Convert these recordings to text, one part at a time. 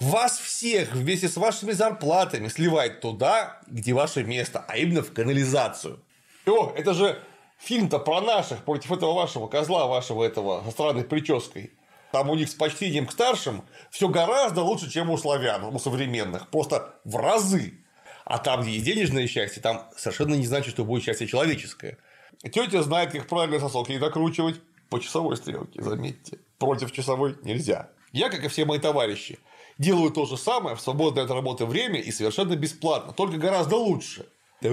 вас всех вместе с вашими зарплатами сливает туда, где ваше место, а именно в канализацию. О, это же фильм-то про наших против этого вашего козла, вашего этого со странной прической. Там у них с почтением к старшим все гораздо лучше, чем у славян, у современных. Просто в разы. А там, где есть денежное счастье, там совершенно не значит, что будет счастье человеческое. Тетя знает, как правильно сосок не докручивать по часовой стрелке, заметьте. Против часовой нельзя. Я, как и все мои товарищи, делаю то же самое в свободное от работы время и совершенно бесплатно, только гораздо лучше.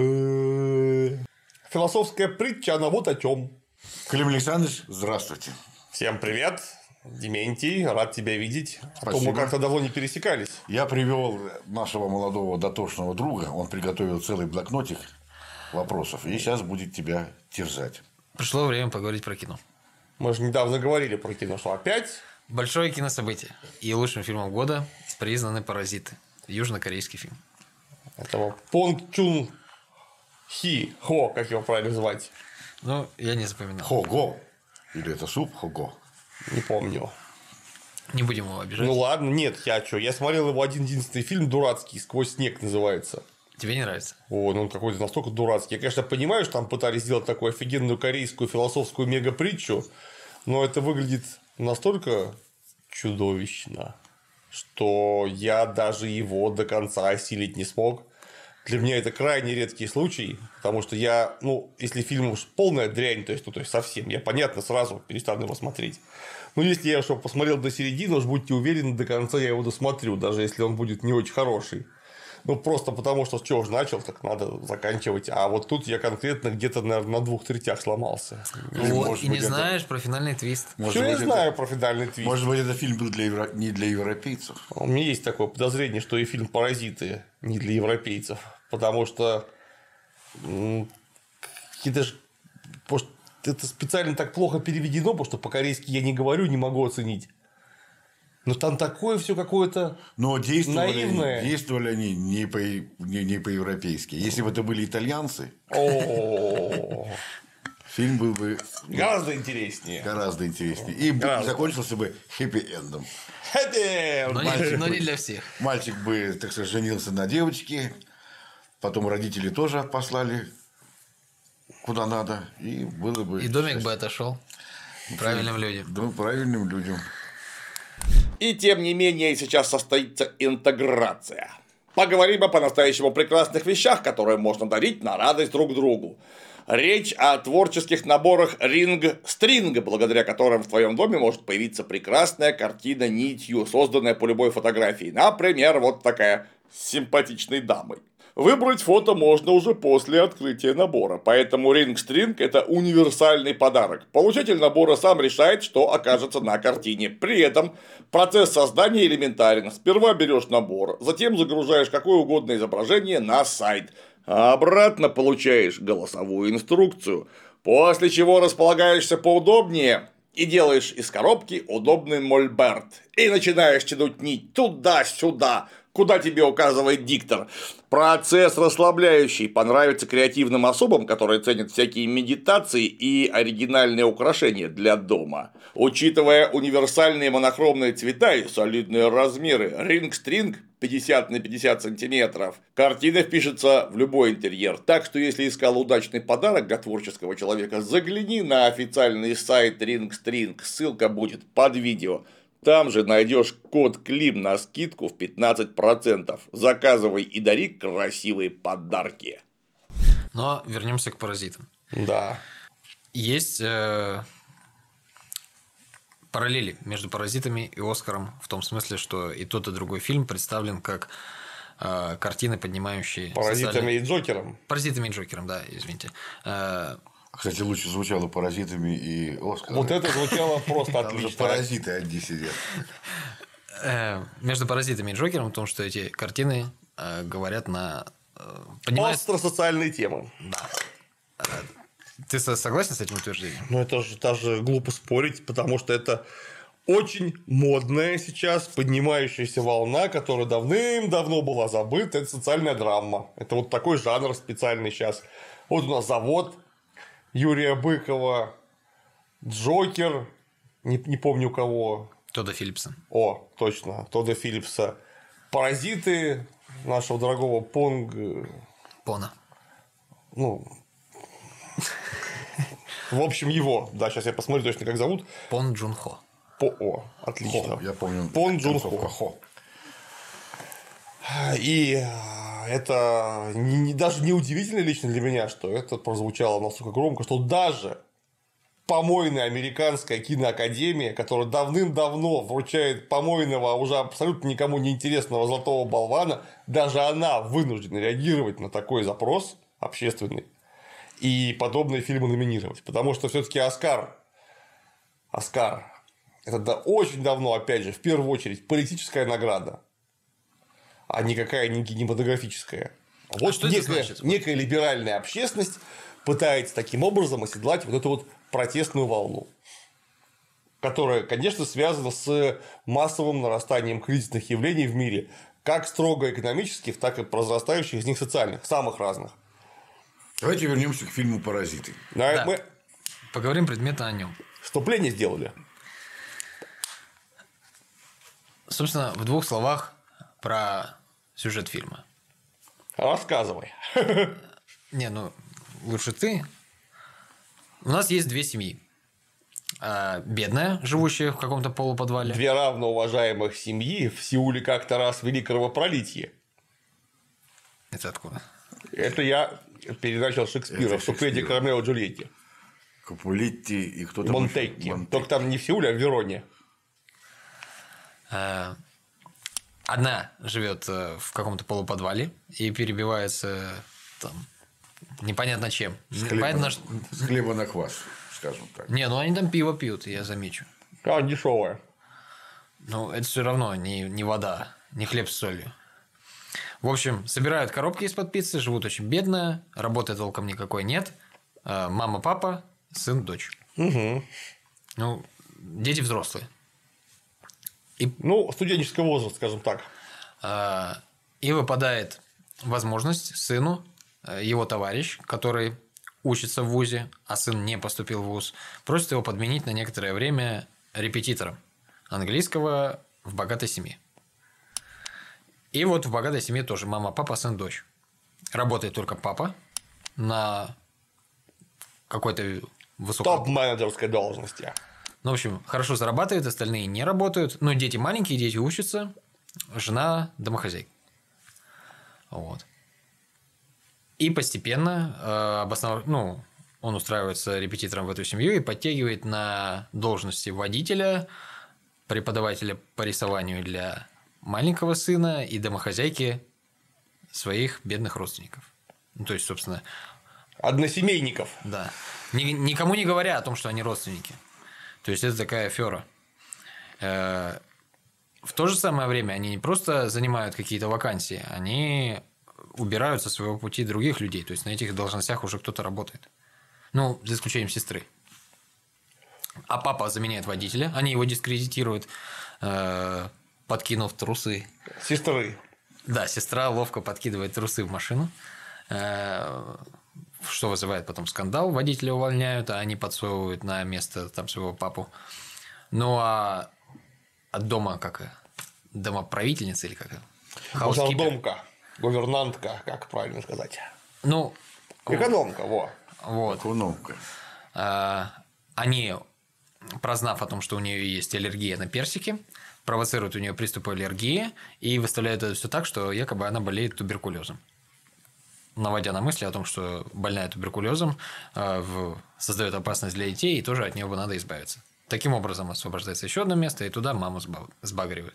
Философская притча, она вот о чем. Клим Александрович, здравствуйте. Всем привет. Дементий, рад тебя видеть. А то Спасибо. мы как-то давно не пересекались. Я привел нашего молодого дотошного друга. Он приготовил целый блокнотик вопросов. И сейчас будет тебя терзать. Пришло время поговорить про кино. Мы же недавно говорили про кино, что опять. Большое кинособытие. И лучшим фильмом года признаны «Паразиты». Южнокорейский фильм. Этого Понг Чун Хи, Хо, как его правильно звать. Ну, я не запоминал. Хого. Или это суп Хого? Не помню. Не будем его обижать. Ну ладно, нет, я что? Я смотрел его один-единственный фильм дурацкий, «Сквозь снег» называется. Тебе не нравится? О, ну он какой-то настолько дурацкий. Я, конечно, понимаю, что там пытались сделать такую офигенную корейскую философскую мега-притчу, но это выглядит настолько чудовищно, что я даже его до конца осилить не смог. Для меня это крайне редкий случай, потому что я, если фильм уж полная дрянь, то есть совсем, я, понятно, сразу перестану его смотреть. Но если я что посмотрел до середины, уж будьте уверены, до конца я его досмотрю, даже если он будет не очень хороший. Просто потому, что с чего же начал, так надо заканчивать. А вот тут я конкретно где-то, наверное, на 2/3 сломался. Вот, и не знаешь про финальный твист. Что я знаю про финальный твист? Может быть, этот фильм был не для европейцев? У меня есть такое подозрение, что и фильм «Паразиты» не для европейцев. Потому что это специально так плохо переведено, потому что по-корейски я не говорю, не могу оценить. Но там такое все какое-то наивное. Действовали они не по-европейски. Если бы это были итальянцы, фильм был бы гораздо интереснее. Гораздо интереснее. И закончился бы хэппи-эндом. Но не для всех. Мальчик бы, так сказать, женился на девочке. Потом родители тоже послали куда надо. И было бы... И домик бы отошел правильным людям. Да, правильным людям. И тем не менее сейчас состоится интеграция. Поговорим о по-настоящему прекрасных вещах, которые можно дарить на радость друг другу. Речь о творческих наборах ринг-стринг, благодаря которым в твоем доме может появиться прекрасная картина нитью, созданная по любой фотографии. Например, вот такая с симпатичной дамой. Выбрать фото можно уже после открытия набора, поэтому ринг-стринг – это универсальный подарок. Получатель набора сам решает, что окажется на картине. При этом процесс создания элементарен. Сперва берешь набор, затем загружаешь какое угодно изображение на сайт, а обратно получаешь голосовую инструкцию, после чего располагаешься поудобнее и делаешь из коробки удобный мольберт. И начинаешь тянуть нить туда-сюда, куда тебе указывает диктор. Процесс расслабляющий, понравится креативным особам, которые ценят всякие медитации и оригинальные украшения для дома. Учитывая универсальные монохромные цвета и солидные размеры, ринг-стринг 50 на 50 сантиметров, картина впишется в любой интерьер. Так что, если искал удачный подарок для творческого человека, загляни на официальный сайт ринг-стринг, ссылка будет под видео. Там же найдешь код КЛИМ на скидку в 15%. Заказывай и дари красивые подарки. Но вернемся к «Паразитам». Да. Есть параллели между «Паразитами» и «Оскаром» в том смысле, что и тот, и другой фильм представлен как картины, поднимающие... «Паразитами» и «Джокером». «Паразитами» и «Джокером», да, извините. Кстати, лучше звучало «Паразитами» и «Оскар». Вот это звучало просто Там отлично. же паразиты одни сидят. Между «Паразитами» и «Джокером» в том, что эти картины говорят на... Остросоциальные темы. Да. Ты согласен с этим утверждением? Ну, это же даже глупо спорить, потому что это очень модная сейчас поднимающаяся волна, которая давным-давно была забыта. Это социальная драма. Это вот такой жанр специальный сейчас. Вот у нас «Завод» Юрия Быкова, «Джокер», не помню кого. Тодда Филлипса. О, точно, Тодда Филлипса. Паразиты нашего дорогого Пона. Ну, в общем, его. Да, сейчас я посмотрю точно, как зовут. Пон Джун Хо. Отлично. Я помню. Пон Джун концовка. Хо. И это даже не удивительно лично для меня, что это прозвучало настолько громко, что даже помойная американская киноакадемия, которая давным-давно вручает помойного, уже абсолютно никому не интересного золотого болвана, даже она вынуждена реагировать на такой запрос общественный и подобные фильмы номинировать. Потому что все-таки Оскар это очень давно, опять же, в первую очередь политическая награда, а никакая не кинематографическая. Вот что это значит? Некая либеральная общественность пытается таким образом оседлать вот эту вот протестную волну, которая, конечно, связана с массовым нарастанием кризисных явлений в мире, как строго экономических, так и произрастающих из них социальных, самых разных. Давайте вернемся к фильму «Паразиты». Да. Мы Поговорим предметно о нем. вступление сделали. Собственно, в 2 словах про сюжет фильма. Рассказывай. Не, ну, лучше ты. У нас есть 2 семьи. Бедная, живущая в каком-то полуподвале. 2 равноуважаемых семьи в Сеуле как-то раз вели кровопролитие. Это откуда? Это я переначал Шекспира в Куплете к Ромео и Джульетте. Капулетти и кто там Монтекки. еще? Только там не в Сеуле, а в Вероне. Одна живет в каком-то полуподвале и перебивается там непонятно чем. С Понятно, хлеба на квас, скажем так. Не, ну они там пиво пьют, я замечу. А, дешевая. Ну, это все равно не вода, не хлеб с солью. В общем, собирают коробки из-под пиццы, живут очень бедно, работы толком никакой нет. Мама, папа, сын, дочь. Угу. Ну, дети взрослые. Ну, студенческий возраст, скажем так. И выпадает возможность сыну, его товарищ, который учится в вузе, а сын не поступил в вуз, просит его подменить на некоторое время репетитором английского в богатой семье. И вот в богатой семье тоже мама, папа, сын, дочь. Работает только папа на какой-то высокой... Топ-менеджерской должности. Ну, в общем, хорошо зарабатывает, остальные не работают. Но дети маленькие, дети учатся. Жена домохозяйка. Вот. И постепенно он устраивается репетитором в эту семью и подтягивает на должности водителя, преподавателя по рисованию для маленького сына и домохозяйки своих бедных родственников. Ну, то есть, собственно... Односемейников. Да. Никому не говоря о том, что они родственники. То есть, это такая афера. В то же самое время они не просто занимают какие-то вакансии, они убирают со своего пути других людей. То есть, на этих должностях уже кто-то работает. Ну, за исключением сестры. А папа заменяет водителя, они его дискредитируют, подкинув трусы. Сестры. Да, сестра ловко подкидывает трусы в машину, что вызывает потом скандал. Водителя увольняют, а они подсовывают на место там своего папу. Ну, а от дома домоправительница или как? Мажордомка. Гувернантка, как правильно сказать. Ну, экономка, во. Вот. Экономка. Они, прознав о том, что у нее есть аллергия на персики, провоцируют у нее приступы аллергии и выставляют это все так, что якобы она болеет туберкулезом. Наводя на мысли о том, что больная туберкулезом создает опасность для детей, и тоже от нее надо избавиться. Таким образом освобождается еще одно место, и туда маму сбагривают.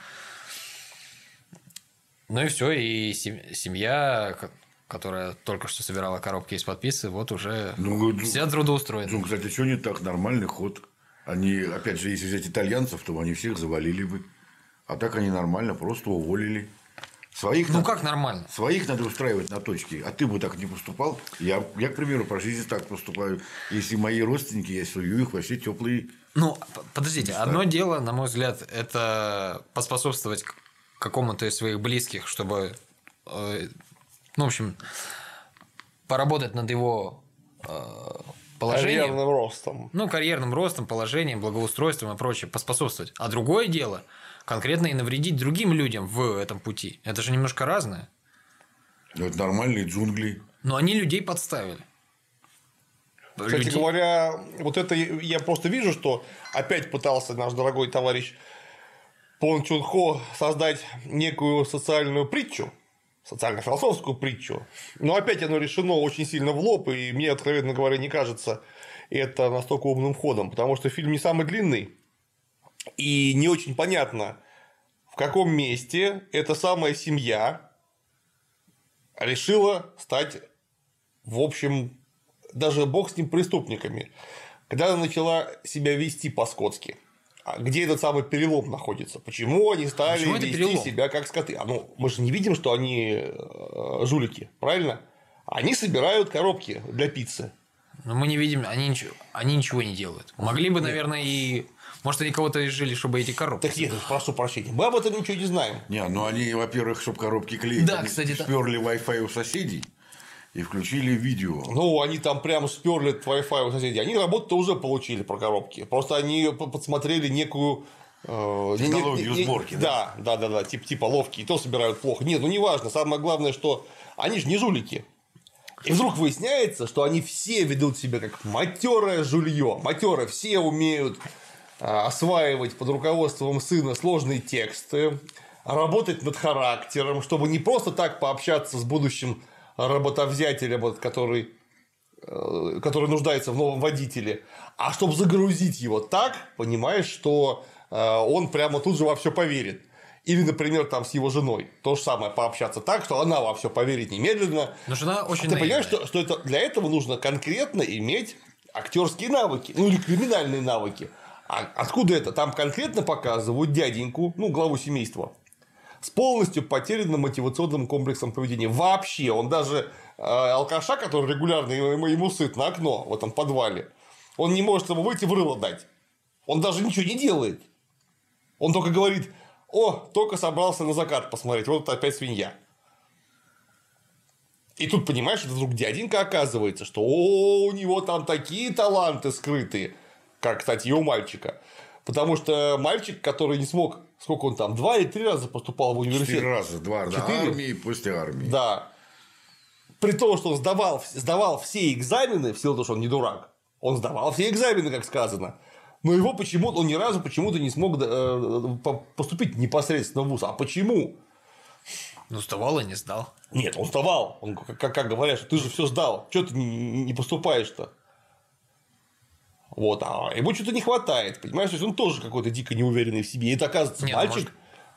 Ну и все, и семья, которая только что собирала коробки из-под пиццы, вот уже вся трудоустроена. Ну, кстати, что не так? Нормальный ход. Они, опять же, если взять итальянцев, то они всех завалили бы. А так они нормально, просто уволили. Своих как нормально? Своих надо устраивать на точке. А ты бы так не поступал. Я, к примеру, по жизни так поступаю. Если мои родственники, я сую их во все теплые. Ну, подождите, одно дело, на мой взгляд, это поспособствовать какому-то из своих близких, чтобы, в общем, поработать над его положением. Карьерным ростом. Ну, карьерным ростом, положением, благоустройством и прочее, поспособствовать. А другое дело, конкретно и навредить другим людям в этом пути. Это же немножко разное. Это нормальные джунгли. Но они людей подставили. Кстати говоря, вот это я просто вижу, что опять пытался наш дорогой товарищ Пон Чун Хо создать некую социальную притчу, социально-философскую притчу. Но опять оно решено очень сильно в лоб, и мне, откровенно говоря, не кажется это настолько умным ходом, потому что фильм не самый длинный, и не очень понятно, в каком месте эта самая семья решила стать, в общем, даже бог с ним, преступниками. Когда она начала себя вести по-скотски. А где этот самый перелом находится? Почему они стали вести себя как скоты? Мы же не видим, что они жулики, правильно? Они собирают коробки для пиццы. Но мы не видим, они ничего не делают. Могли бы, наверное, и... Может, они кого-то изжили, чтобы эти коробки... Так нет, прошу прощения, мы об этом ничего не знаем. Не, они, во-первых, чтобы коробки клеить, да, они кстати, сперли Wi-Fi у соседей и включили видео. Они там прям сперли Wi-Fi у соседей. Они работу-то уже получили про коробки. Просто они подсмотрели некую... технологию сборки. Да, типа ловкие, то собирают плохо. Нет, неважно. Самое главное, что они же не жулики. И вдруг выясняется, что они все ведут себя как матерое жулье. Матеры все умеют осваивать под руководством сына сложные тексты, работать над характером, чтобы не просто так пообщаться с будущим работодателем, который нуждается в новом водителе, а чтобы загрузить его так, понимаешь, что он прямо тут же во все поверит. Или, например, там с его женой. То же самое, пообщаться так, что она во все поверит немедленно. Но жена очень Ты понимаешь, что это, для этого нужно конкретно иметь актерские навыки, или криминальные навыки. А откуда это? Там конкретно показывают дяденьку, главу семейства, с полностью потерянным мотивационным комплексом поведения. Вообще, он даже алкаша, который регулярно ему сыт на окно в этом подвале, он не может ему выйти в рыло дать. Он даже ничего не делает. Он только говорит: только собрался на закат посмотреть, вот опять свинья. И тут, понимаешь, это вдруг дяденька оказывается, что у него там такие таланты скрытые, как, кстати, и у мальчика. Потому что мальчик, который не смог, сколько он там, 2 или 3 раза поступал в университет. 4 раза, 2 раза. 4? Армии и после армии. Да. При том, что он сдавал все экзамены, в силу того, что он не дурак. Он сдавал все экзамены, как сказано. Но его почему-то, он ни разу почему-то не смог поступить непосредственно в вуз. А почему? Сдавал и не сдал. Нет, он сдавал. Он, как говорят, что ты же все сдал. Чего ты не поступаешь-то? Вот, а ему что-то не хватает, понимаешь, то есть он тоже какой-то дико неуверенный в себе. И это, оказывается, мальчик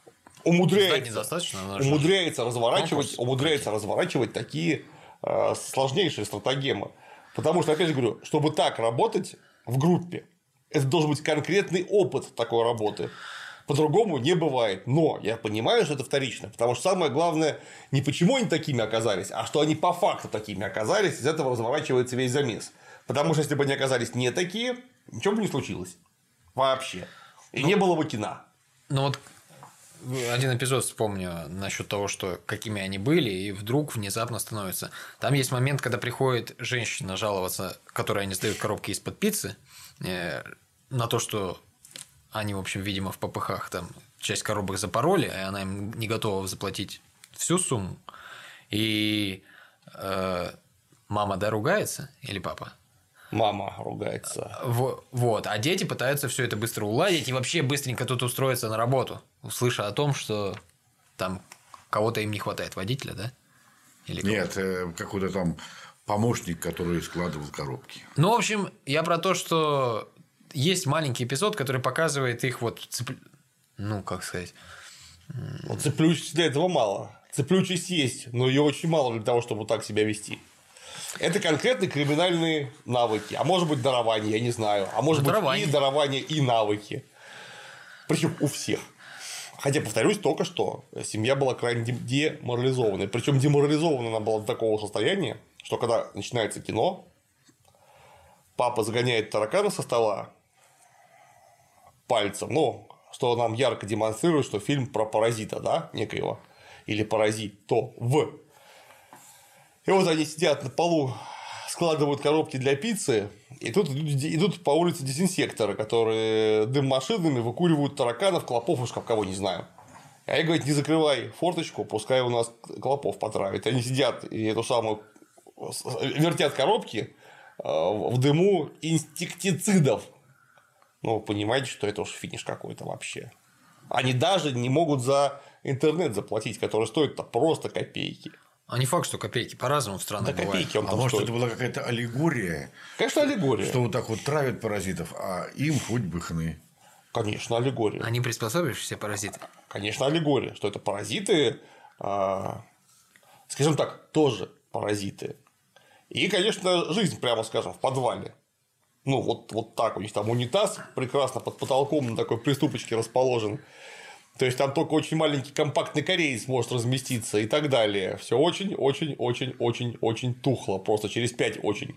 умудряется разворачивать такие сложнейшие стратагемы. Потому что, опять же говорю, чтобы так работать в группе, это должен быть конкретный опыт такой работы. По-другому не бывает. Но я понимаю, что это вторично. Потому что самое главное не почему они такими оказались, а что они по факту такими оказались. Из этого разворачивается весь замес. Потому что если бы они оказались не такие, ничего бы не случилось. Вообще. И не было бы кино. Вот один эпизод вспомню насчет того, что какими они были, и вдруг внезапно становится. Там есть момент, когда приходит женщина жаловаться, которой они сдают коробки из-под пиццы, на то, что они, в общем, видимо, в попыхах там часть коробок запороли, и она им не готова заплатить всю сумму. И мама, ругается? Или папа? Мама ругается. Вот. А дети пытаются все это быстро уладить и вообще быстренько тут устроиться на работу, услыша о том, что там кого-то им не хватает, водителя, да? Или нет, какой-то там помощник, который складывал коробки. В общем, я про то, что есть маленький эпизод, который показывает их как сказать... Цеплючесть для этого мало. Цеплючесть есть, но ее очень мало для того, чтобы так себя вести. Это конкретно криминальные навыки. А может быть, дарование, я не знаю. А может быть, и дарование, и навыки. Причем у всех. Хотя, повторюсь, только что семья была крайне деморализована. Причем деморализована она была до такого состояния, что когда начинается кино, папа загоняет таракана со стола пальцем, что нам ярко демонстрирует, что фильм про паразита, да, некоего, или паразитов. И вот они сидят на полу складывают коробки для пиццы, и тут идут по улице дезинсекторы, которые дым-машинами выкуривают тараканов, клопов и кого не знаю. А я говорю, не закрывай форточку, пускай у нас клопов потравит. Они сидят и эту самую вертят коробки в дыму инсектицидов. Ну, вы понимаете, что это уж финиш какой-то вообще. Они даже не могут за интернет заплатить, который стоит-то просто копейки. А не факт, что копейки по-разному в странах Да бывает. копейки он А там может, стоит. это была какая-то аллегория, Конечно, аллегория. что вот так вот травят паразитов, а им хоть бы хны. Конечно, аллегория. Они приспособившиеся паразиты. Конечно, аллегория, что это паразиты, скажем так, тоже паразиты. И, конечно, жизнь, прямо скажем, в подвале. Ну, вот так у них там унитаз прекрасно под потолком на такой приступочке расположен. То есть там только очень маленький компактный кореец может разместиться и так далее. Все очень тухло. Просто через 5 очень.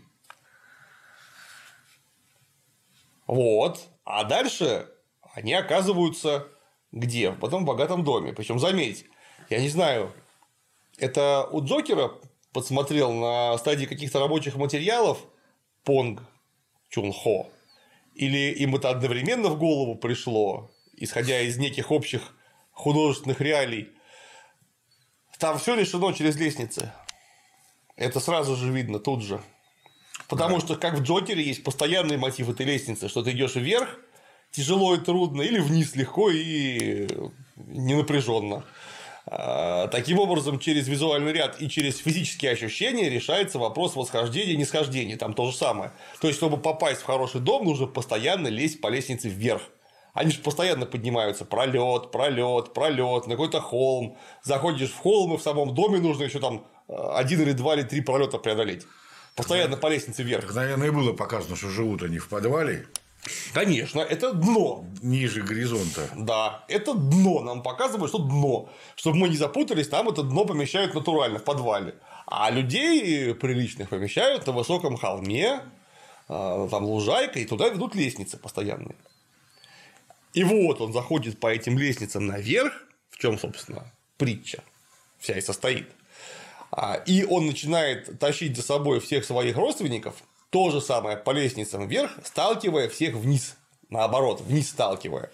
Вот. А дальше они оказываются где? В этом богатом доме. Причем заметь, я не знаю, это у Джокера подсмотрел на стадии каких-то рабочих материалов Понг Чун Хо, или им это одновременно в голову пришло, исходя из неких общих художественных реалий. Там все решено через лестницы. Это сразу же видно тут же. Потому что, как в Джокере, есть постоянный мотив этой лестницы, что ты идешь вверх, тяжело и трудно, или вниз легко и не напряженно. Таким образом, через визуальный ряд и через физические ощущения решается вопрос восхождения и нисхождения. Там то же самое. То есть, чтобы попасть в хороший дом, нужно постоянно лезть по лестнице вверх. Они же постоянно поднимаются. Пролет на какой-то холм. Заходишь в холм, и в самом доме нужно еще там 1 или 2 или 3 пролета преодолеть. Постоянно по лестнице вверх. Так, наверное, и было показано, что живут они в подвале, Конечно, это дно. ниже горизонта. Да, это дно. Нам показывают, что дно. Чтобы мы не запутались, там это дно помещают натурально в подвале. А людей приличных помещают на высоком холме, там лужайка, и туда ведут лестницы постоянные. И вот он заходит по этим лестницам наверх, в чем, собственно, притча вся и состоит. И он начинает тащить за собой всех своих родственников. То же самое по лестницам вверх, сталкивая всех вниз. Наоборот, вниз сталкивая.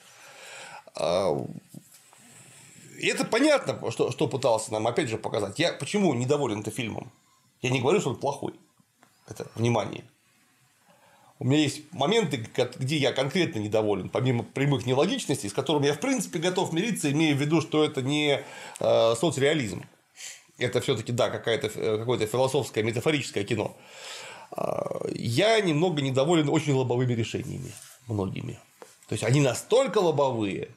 И это понятно, что пытался нам опять же показать. Я почему недоволен этим фильмом? Я не говорю, что он плохой. Это внимание. У меня есть моменты, где я конкретно недоволен, помимо прямых нелогичностей, с которыми я в принципе готов мириться, имея в виду, что это не соцреализм. Это все-таки, да, какое-то философское, метафорическое кино. Я немного недоволен очень лобовыми решениями. Многими. То есть они настолько лобовые,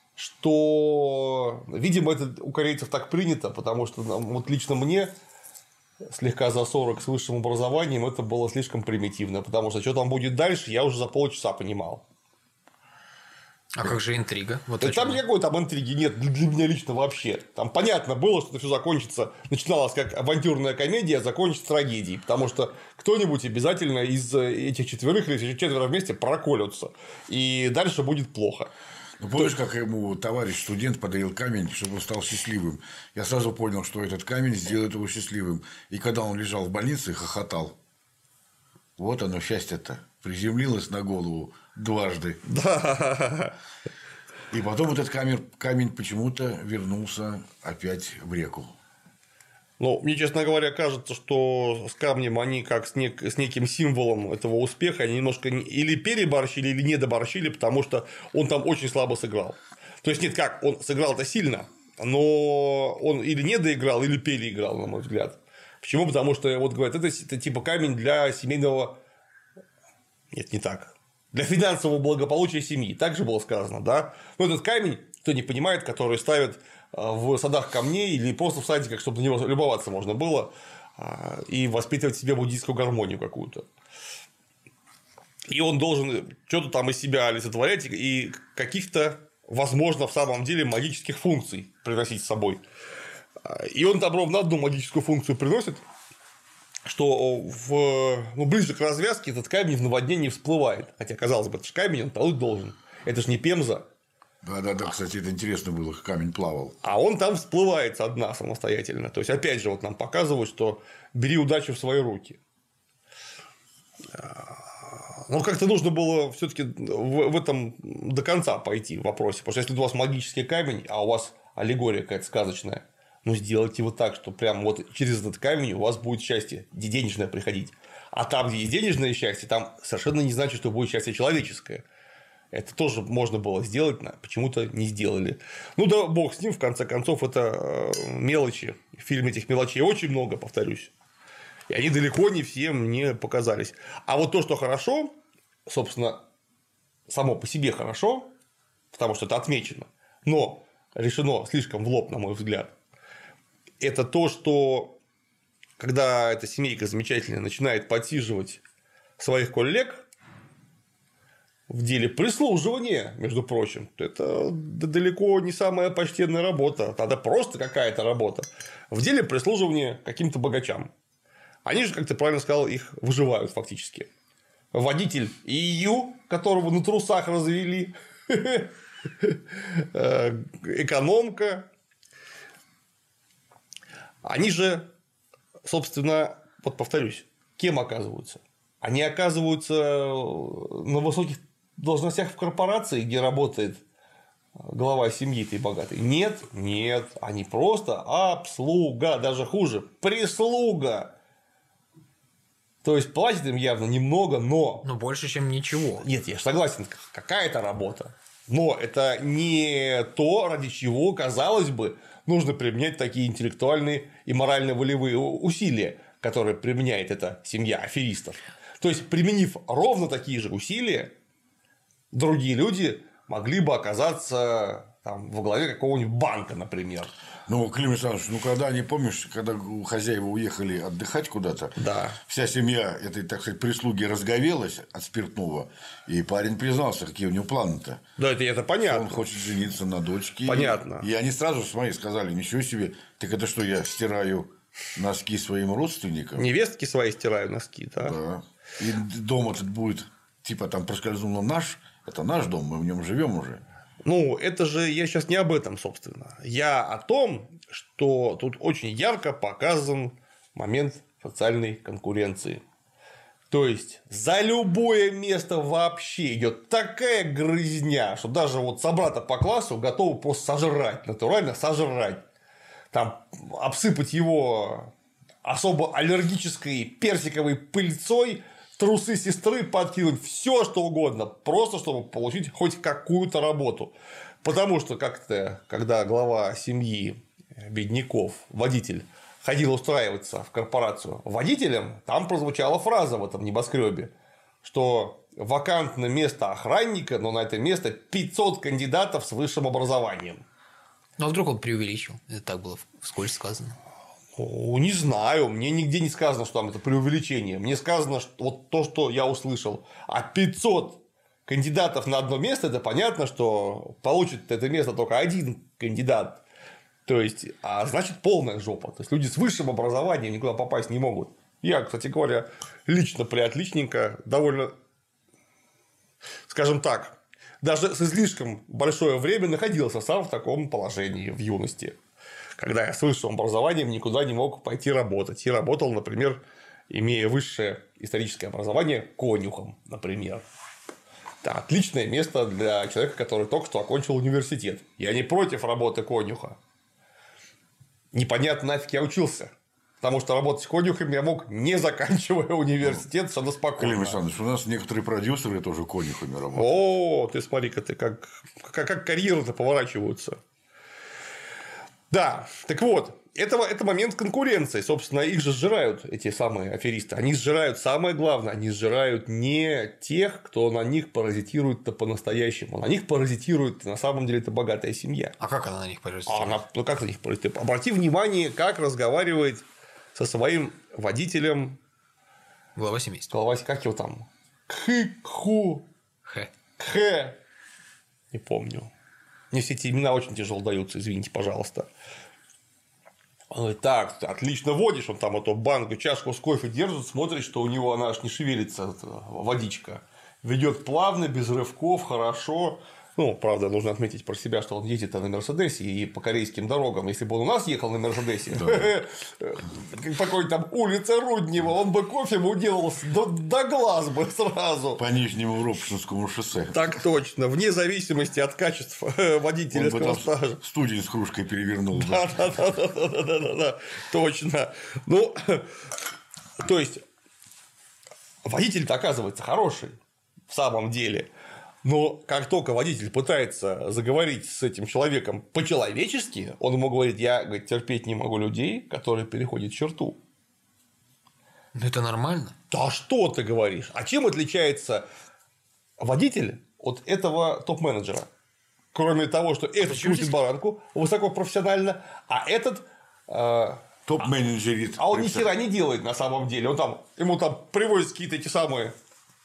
что, видимо, это у корейцев так принято, потому что вот лично мне, слегка за 40 с высшим образованием, это было слишком примитивно. Потому что что там будет дальше, я уже за полчаса понимал. А как же интрига? Вот Там никакой там интриги нет для меня лично вообще. Там понятно было, что это все закончится. Начиналось как авантюрная комедия, а закончится трагедией. Потому что кто-нибудь обязательно из этих 4 или 4 вместе проколются. И дальше будет плохо. Ну, помнишь, как ему товарищ-студент подарил камень, чтобы он стал счастливым? Я сразу понял, что этот камень сделает его счастливым. И когда он лежал в больнице и хохотал, вот оно, счастье-то, приземлилось на голову дважды. Да. И потом этот камень почему-то вернулся опять в реку. Ну, мне, честно говоря, кажется, что с камнем они как с неким символом этого успеха они немножко или переборщили, или недоборщили, потому что он там очень слабо сыграл. То есть, нет, как, он сыграл-то сильно, но он или недоиграл, или переиграл, на мой взгляд. Почему? Потому что, вот говорят, это типа камень для семейного... Нет, не так. Для финансового благополучия семьи. Так же было сказано, да? Но этот камень, кто не понимает, который ставят в садах камней или просто в садиках, чтобы на него любоваться можно было и воспитывать в себе буддийскую гармонию какую-то. И он должен что-то там из себя олицетворять и каких-то, возможно, в самом деле магических функций приносить с собой. И он там ровно одну магическую функцию приносит, что ближе к развязке этот камень в наводнении всплывает. Хотя, казалось бы, это же камень, он плыть должен. Это же не Пемза. Да, кстати, это интересно было, камень плавал. А он там всплывает со дна самостоятельно. То есть, опять же, вот нам показывают, что бери удачу в свои руки. Ну, как-то нужно было все-таки в этом до конца пойти в вопросе. Потому что если у вас магический камень, а у вас аллегория какая-то сказочная, ну, сделайте его так, что прям вот через этот камень у вас будет счастье денежное приходить. А там, где есть денежное счастье, там совершенно не значит, что будет счастье человеческое. Это тоже можно было сделать, но почему-то не сделали. Ну да, бог с ним, в конце концов, это мелочи. В фильме этих мелочей очень много, повторюсь. И они далеко не все мне показались. А вот то, что хорошо, собственно, само по себе хорошо, потому что это отмечено, но решено слишком в лоб, на мой взгляд, это то, что когда эта семейка замечательная начинает подсиживать своих коллег в деле прислуживания, между прочим, это далеко не самая почтенная работа, это просто какая-то работа. В деле прислуживания каким-то богачам. Они же, как ты правильно сказал, их выживают фактически. Водитель ИЮ, которого на трусах развели, экономка. Они же, собственно, вот повторюсь, кем оказываются? Они оказываются на высоких должностях в корпорации, где работает глава семьи этой богатой. Нет, они просто обслуга, даже хуже, прислуга. То есть платят им явно немного, но... Ну, больше, чем ничего. Нет, я же согласен, какая-то работа. Но это не то, ради чего, казалось бы, нужно применять такие интеллектуальные и морально-волевые усилия, которые применяет эта семья аферистов. То есть, применив ровно такие же усилия, другие люди могли бы оказаться там, во главе какого-нибудь банка, например. Ну, Клим Александрович, ну, когда они, помнишь, когда хозяева уехали отдыхать куда-то, да. Вся семья этой, так сказать, прислуги разговелась от спиртного, и парень признался, какие у него планы-то. Да, это понятно. Он хочет жениться на дочке. Понятно. И они сразу, смотри, сказали, ничего себе, так это что, я стираю носки своим родственникам? Невестки свои стираю носки, да. Да. И дом этот будет, типа, там проскользнул наш, это наш дом, мы в нем живем уже. Ну, это же я сейчас не об этом, собственно. Я о том, что тут очень ярко показан момент социальной конкуренции. То есть, за любое место вообще идет такая грызня, что даже вот собрата по классу готовы просто сожрать, натурально сожрать. Там обсыпать его особо аллергической персиковой пыльцой, трусы сестры подкинуть, все что угодно, просто чтобы получить хоть какую-то работу. Потому что как-то, когда глава семьи бедняков, водитель, ходил устраиваться в корпорацию водителем, там прозвучала фраза в этом небоскребе, что вакантное место охранника, но на это место 500 кандидатов с высшим образованием. Ну, а вдруг он преувеличил? Это так было вскользь сказано. Не знаю, мне нигде не сказано, что там это преувеличение. Мне сказано, что вот то, что я услышал. А 500 кандидатов на одно место, это понятно, что получит это место только один кандидат. То есть, а значит, полная жопа. То есть, люди с высшим образованием никуда попасть не могут. Я, кстати говоря, лично приотличненько, довольно, скажем так, даже с излишком большое время находился сам в таком положении в юности. Когда я с высшим образованием никуда не мог пойти работать. И работал, например, имея высшее историческое образование, конюхом, например. Это отличное место для человека, который только что окончил университет. Я не против работы конюха. Непонятно, нафиг я учился. Потому что работать конюхом я мог, не заканчивая университет, совершенно спокойно. Клим Александрович, у нас некоторые продюсеры тоже конюхами работают. О, ты смотри-ка, ты как карьеры-то поворачиваются. Да, так вот, это момент конкуренции. Собственно, их же сжирают эти самые аферисты. Они сжирают самое главное. Они сжирают не тех, кто на них паразитирует-то по-настоящему. На них паразитирует, на самом деле, это богатая семья. А как она на них паразитирует? Ну, как на них паразитирует? Обрати внимание, как разговаривает со своим водителем Глава семейства. глава, как его там? Кху. Х. Кхе. Не помню. Мне все эти имена очень тяжело даются, извините, пожалуйста. Он говорит, так, ты отлично водишь, он там эту банку, чашку с кофе держит, смотрит, что у него она аж не шевелится, водичка. Ведет плавно, без рывков, хорошо. Ну, правда, нужно отметить про себя, что он ездит на Мерседесе и по корейским дорогам. Если бы он у нас ехал на Мерседесе, по какой там улице Руднева, он бы кофе ему делал до глаз бы сразу. По Нижнему Ропшинскому шоссе. Так точно, вне зависимости от качеств водительского стажа. Студень с кружкой перевернул. Да, точно. Ну, то есть, водитель-то оказывается хороший в самом деле. Но как только водитель пытается заговорить с этим человеком по-человечески, он ему говорит: я, говорит, терпеть не могу людей, которые переходят черту. Ну, это нормально. Да что ты говоришь? А чем отличается водитель от этого топ-менеджера? Кроме того, что этот крутит баранку высокопрофессионально, а этот Топ-менеджерит. а он ни хера не делает на самом деле. Он там, ему там привозят какие-то эти самые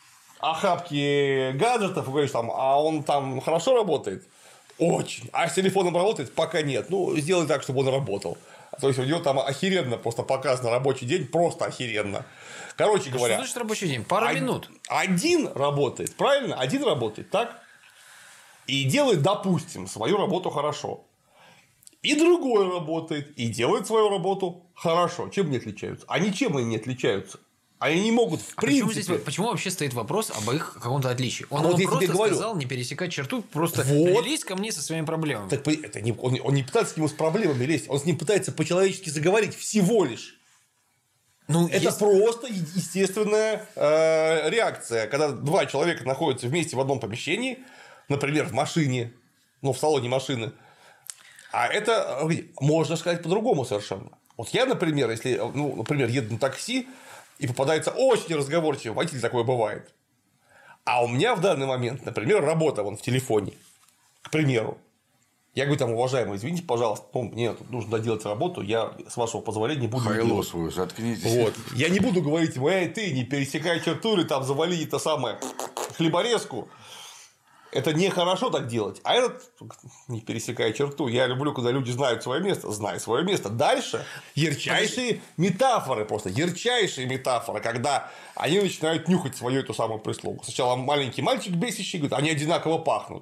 охапки гаджетов, и говоришь там, а он там хорошо работает? Очень. А с телефоном работает? Пока нет. Ну, сделай так, чтобы он работал. То есть, у него там охеренно просто показано рабочий день, просто охеренно. Короче говоря. Что значит рабочий день? Пара минут. Один работает, правильно? Один работает, так? И делает, допустим, свою работу хорошо. И другой работает, и делает свою работу хорошо. Чем они отличаются? А ничем они не отличаются. Они не могут в принципе. Почему вообще стоит вопрос об их каком-то отличии? Он вот ему я тебе просто говорю. сказал не пересекать черту, просто Вот. прилезь ко мне со своими проблемами. Так, это не, он не пытается к нему с проблемами лезть, он с ним пытается по-человечески заговорить всего лишь. Ну, Это просто естественная реакция, когда два человека находятся вместе в одном помещении, например, в машине, ну, в салоне машины. А это можно сказать по-другому совершенно. Вот я, например, если, ну, например, еду на такси, и попадается очень разговорчивый водитель, такое бывает. А у меня в данный момент, например, работа вон в телефоне, к примеру. Я говорю там: уважаемый, извините, пожалуйста, ну, мне тут нужно доделать работу, я, с вашего позволения, не буду Хайло делать. свою, заткнитесь. Вот. Я не буду говорить ему: эй, ты, не пересекай черту, или там завали это самое хлеборезку. Это нехорошо так делать. А этот не пересекая черту. Я люблю, когда люди знают свое место. Знай свое место. Дальше ярчайшие метафоры. Просто ярчайшие метафоры, когда они начинают нюхать свою эту самую прислугу. Сначала маленький мальчик бесящий говорит: они одинаково пахнут.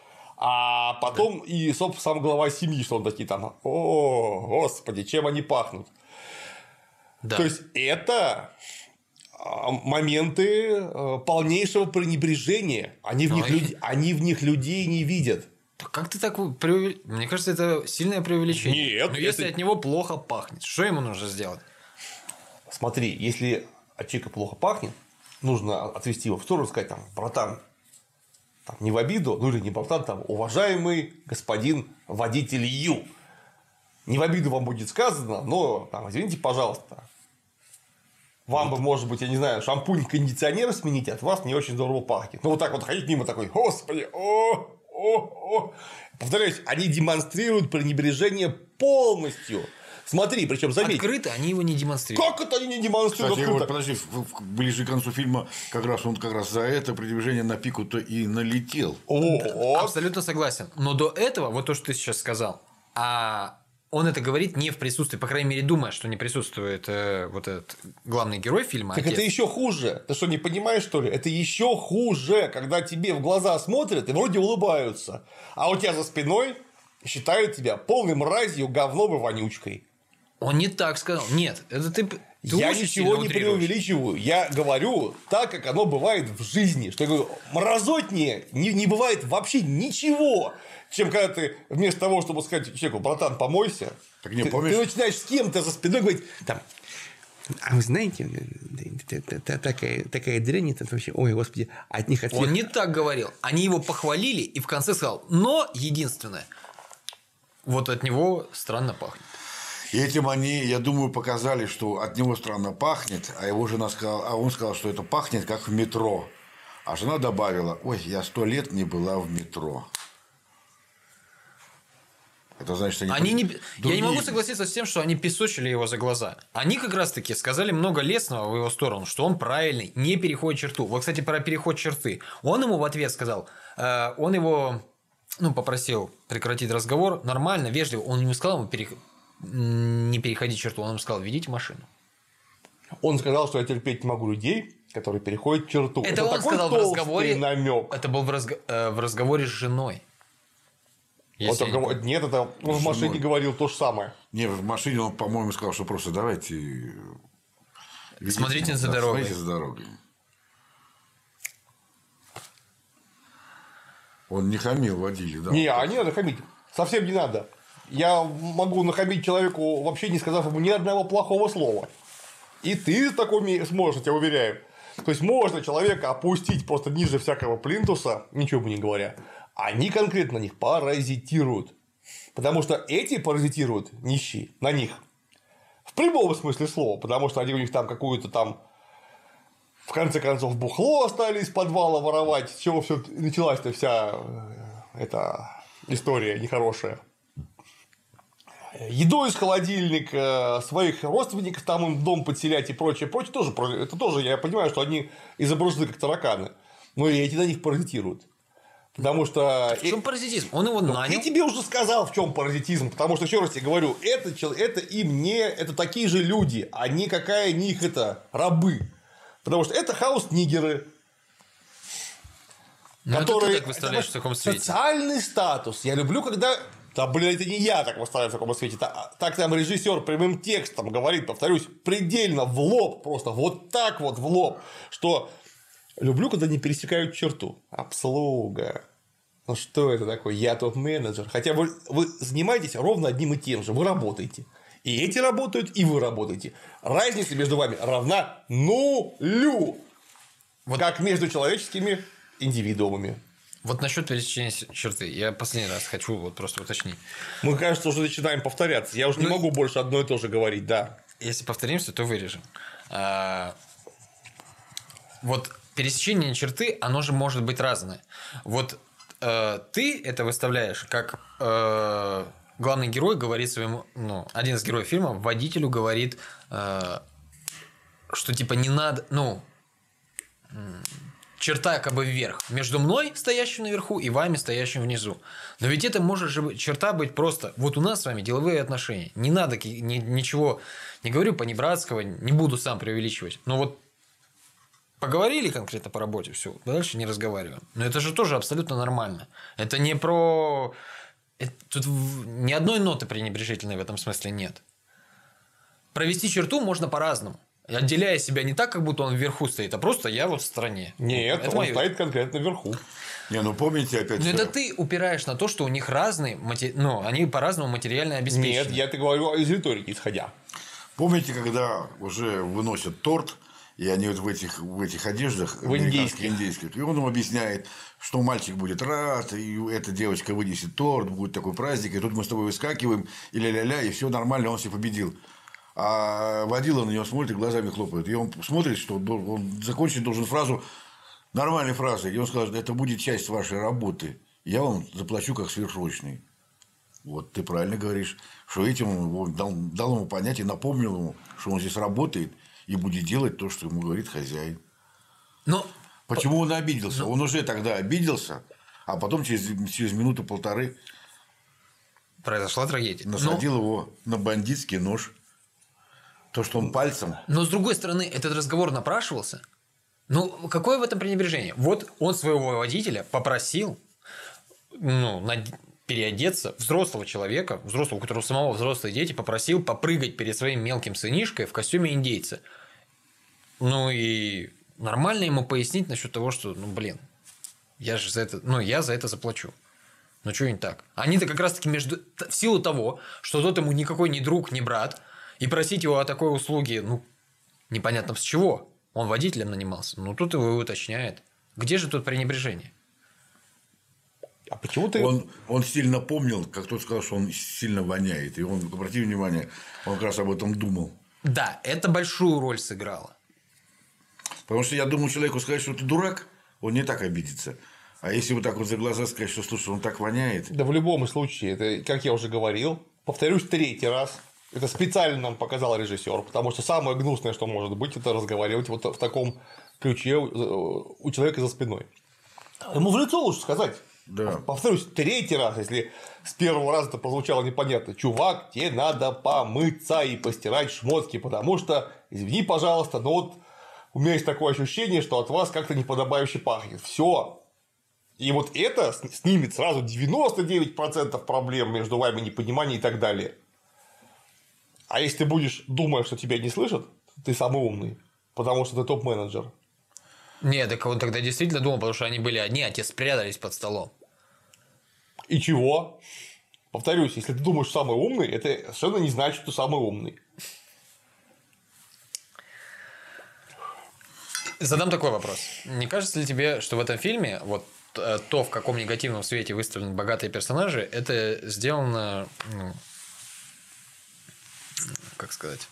А потом и, собственно, сам глава семьи, что он такие там: о, господи, чем они пахнут. Да. То есть, это моменты полнейшего пренебрежения. Они в них людей не видят. Как ты так... Мне кажется, это сильное преувеличение. Нет. Но если от него плохо пахнет, что ему нужно сделать? Смотри, если от человека плохо пахнет, нужно отвести его в сторону и сказать: там, братан, там, не в обиду, ну или не братан, там, уважаемый господин водитель Ю. Не в обиду вам будет сказано, но там, извините, пожалуйста. Вам бы, может быть, я не знаю, шампунь кондиционера сменить, от вас не очень здорово пахнет. Ну, вот так вот ходить мимо такой: господи, о. Повторяюсь, они демонстрируют пренебрежение полностью. Смотри, причем заметь. Открыто они его не демонстрируют. Как это они не демонстрируют? Кстати, открыто? вот, подожди, ближе к концу фильма он как раз за это предвижение на пику-то и налетел. Абсолютно согласен. Но до этого, вот то, что ты сейчас сказал, он это говорит не в присутствии, по крайней мере, думая, что не присутствует вот этот главный герой фильма. Так отец. это еще хуже. Ты что, не понимаешь, что ли? Это еще хуже, когда тебе в глаза смотрят и вроде улыбаются, а у тебя за спиной считают тебя полной мразью, говном и вонючкой. Он не так сказал. Нет, это ты Я очень ничего сильно не утрируешь. преувеличиваю. Я говорю так, как оно бывает в жизни. Что я говорю, мразотнее не бывает вообще ничего, чем когда ты вместо того, чтобы сказать человеку: братан, помойся, Так не, ты помнишь? начинаешь с кем-то за спиной говорить там: а вы знаете, такая дрянь, это вообще, ой, господи, от них ответ. Он не так говорил. Они его похвалили и в конце сказал: но единственное, вот от него странно пахнет. И этим они, я думаю, показали, что от него странно пахнет, а его жена сказала, а он сказал, что это пахнет как в метро. А жена добавила: ой, я 100 лет не была в метро. Это значит, Я не могу согласиться с тем, что они песочили его за глаза. Они как раз-таки сказали много лестного в его сторону, что он правильный, не переходит черту. Вот, кстати, про переход черты. Он ему в ответ сказал, он его попросил прекратить разговор нормально, вежливо. Он ему сказал не переходить черту, он ему сказал: ведите машину. Он сказал, что я терпеть не могу людей, который переходит черту. Это он такой сказал в толстый разговоре. намек. Это был в разговоре с женой. Если я не помню. Нет, это он в машине говорил то же самое. Не, в машине он, по-моему, сказал, что просто давайте... ведите, Смотрите за дорогой. Смотрите за дорогой. Он не хамил водителю, да? Не надо хамить. Совсем не надо. Я могу нахамить человеку, вообще не сказав ему ни одного плохого слова. И ты такой сможешь, я тебя уверяю. То есть можно человека опустить просто ниже всякого плинтуса, ничего бы не говоря. Они конкретно на них паразитируют. Потому что эти паразитируют нищие на них. В прямом смысле слова. Потому что они у них там какую-то там, в конце концов, бухло стали из подвала воровать. С чего все началась-то вся эта история нехорошая. Еду из холодильника, своих родственников там им в дом подселять и прочее, прочее. Это тоже, я понимаю, что они изображены как тараканы. Но и эти на них паразитируют. Потому что... В чем паразитизм? Он его нанял. Я тебе уже сказал, в чем паразитизм. Потому что, еще раз тебе говорю, это им не... Это такие же люди, а не какая них это рабы. Потому что это хаус-нигеры. Которые... Это ты так выставляешь в таком свете. Социальный статус. Я люблю, когда... Да, блин, это не я так выставляю в таком свете. Так там режиссер прямым текстом говорит, повторюсь, предельно в лоб, просто вот так вот в лоб, что люблю, когда не пересекают черту. Обслуга. Ну что это такое? Я топ-менеджер. Хотя вы занимаетесь ровно одним и тем же. Вы работаете. И эти работают, и вы работаете. Разница между вами равна нулю. Вот как между человеческими индивидуумами. Вот насчет пересечения черты. Я последний раз хочу вот просто уточнить. Мы, кажется, уже начинаем повторяться. Я уже не могу больше одно и то же говорить, да. Если повторимся, то вырежем. Вот пересечение черты, оно же может быть разное. Вот ты это выставляешь, как главный герой говорит своему... Ну, один из героев фильма водителю говорит, что типа не надо... Ну, черта как бы вверх. Между мной, стоящим наверху, и вами, стоящим внизу. Но ведь это может же черта быть просто... Вот у нас с вами деловые отношения. Не надо ничего... Не говорю понебратского, не буду сам преувеличивать. Но вот поговорили конкретно по работе, все, дальше не разговариваем. Но это же тоже абсолютно нормально. Это не про... Тут ни одной ноты пренебрежительной в этом смысле нет. Провести черту можно по-разному. Отделяя себя не так, как будто он вверху стоит, а просто я вот в стороне. Нет, это он моё. стоит конкретно вверху. Не, ну помните опять... Но это ты упираешь на то, что у них разные... Ну, они по-разному материально обеспечены. Нет, я-то говорю из риторики исходя. Помните, когда уже выносят торт, и они вот в этих одеждах В индейских, и он им объясняет, что мальчик будет рад, и эта девочка вынесет торт, будет такой праздник, и тут мы с тобой выскакиваем, и ля-ля-ля, и все нормально, он все победил. А водила на него смотрит, глазами хлопает. И он смотрит, что он закончить должен фразу нормальной фразой. И он скажет, это будет часть вашей работы. Я вам заплачу как сверхсрочный. Вот ты правильно говоришь, что этим он дал ему понять и напомнил ему, что он здесь работает и будет делать то, что ему говорит хозяин. Но... Почему он обиделся? Он уже тогда обиделся, а потом через минуту-полторы произошла трагедия. насадил его на бандитский нож. То, что он пальцем. Но с другой стороны, этот разговор напрашивался. Ну, какое в этом пренебрежение? Вот он своего водителя попросил переодеться, взрослого человека, взрослого, у которого самого взрослые дети, попросил попрыгать перед своим мелким сынишкой в костюме индейца. Ну и нормально ему пояснить насчет того, что, я же за это, я за это заплачу. Ну, что не так? Они-то как раз-таки в силу того, что тот ему никакой не друг, не брат, и просить его о такой услуге, непонятно с чего. Он водителем нанимался. Тут его и уточняет. Где же тут пренебрежение? А почему ты... Он сильно помнил, как тот сказал, что он сильно воняет. И он, обрати внимание, он как раз об этом думал. Да, это большую роль сыграло. Потому что я думаю, человеку сказать, что ты дурак, он не так обидится. А если вот так вот за глаза сказать, что слушай, он так воняет. Да в любом случае, это, как я уже говорил, повторюсь третий раз. Это специально нам показал режиссер, потому что самое гнусное, что может быть, это разговаривать вот в таком ключе у человека за спиной. Ему в лицо лучше сказать. Да. Повторюсь, третий раз, если с первого раза это прозвучало непонятно. Чувак, тебе надо помыться и постирать шмотки, потому что, извини, пожалуйста, но вот у меня есть такое ощущение, что от вас как-то неподобающе пахнет. Все. И вот это снимет сразу 99% проблем между вами, непонимания и так далее. А если ты будешь думать, что тебя не слышат, ты самый умный, потому что ты топ-менеджер. Нет, так он тогда действительно думал, потому что они были одни, а те спрятались под столом. И чего? Повторюсь, если ты думаешь, что самый умный, это совершенно не значит, что самый умный. Задам такой вопрос. Не кажется ли тебе, что в этом фильме вот то, в каком негативном свете выставлены богатые персонажи, это сделано, ну, как сказать,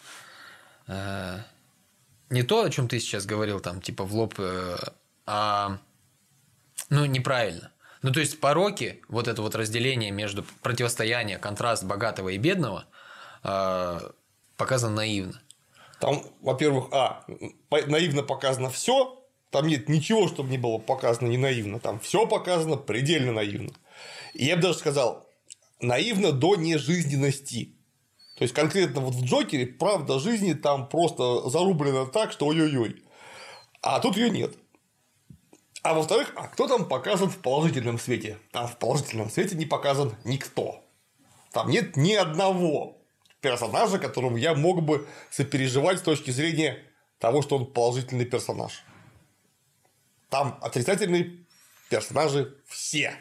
не то, о чем ты сейчас говорил, там, типа в лоб, а ну, неправильно. Ну, то есть пороки, вот это вот разделение между противостояние, контраст богатого и бедного показано наивно. Там, во-первых, наивно показано все. Там нет ничего, чтобы не было показано не наивно. Там все показано предельно наивно. И я бы даже сказал, наивно до нежизненности. То есть, конкретно вот в Джокере правда жизни там просто зарублена так, что ой-ой-ой. А тут ее нет. А во-вторых, кто там показан в положительном свете? Там в положительном свете не показан никто. Там нет ни одного персонажа, которому я мог бы сопереживать с точки зрения того, что он положительный персонаж. Там отрицательные персонажи все.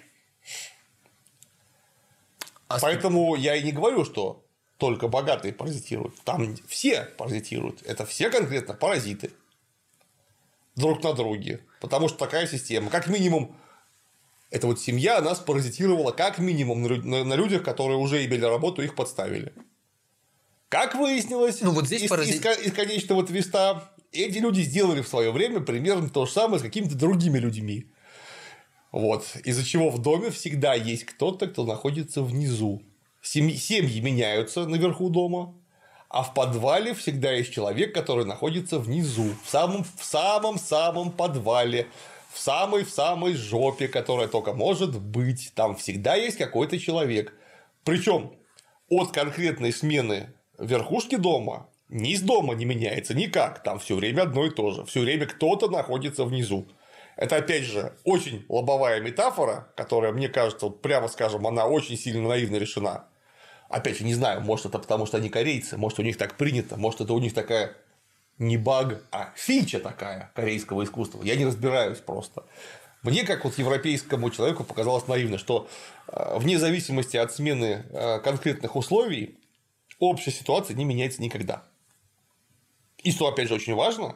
Поэтому я и не говорю, что только богатые паразитируют. Там все паразитируют. Это все конкретно паразиты. Друг на друге. Потому что такая система. Как минимум, эта вот семья нас паразитировала как минимум на людях, которые уже имели работу, их подставили. Как выяснилось, ну, вот здесь из конечного твиста, эти люди сделали в свое время примерно то же самое с какими-то другими людьми. Вот. Из-за чего в доме всегда есть кто-то, кто находится внизу. Семьи меняются наверху дома, а в подвале всегда есть человек, который находится внизу, в самом подвале, в самой жопе, которая только может быть. Там всегда есть какой-то человек. Причем от конкретной смены верхушки дома низ дома не меняется никак. Там все время одно и то же. Все время кто-то находится внизу. Это, опять же, очень лобовая метафора, которая, мне кажется, прямо скажем, она очень сильно наивно решена. Опять же, не знаю, может, это потому, что они корейцы, может, у них так принято, может, это у них такая не баг, а фича такая корейского искусства. Я не разбираюсь просто. Мне, как вот европейскому человеку, показалось наивно, что вне зависимости от смены конкретных условий общая ситуация не меняется никогда. И что, опять же, очень важно,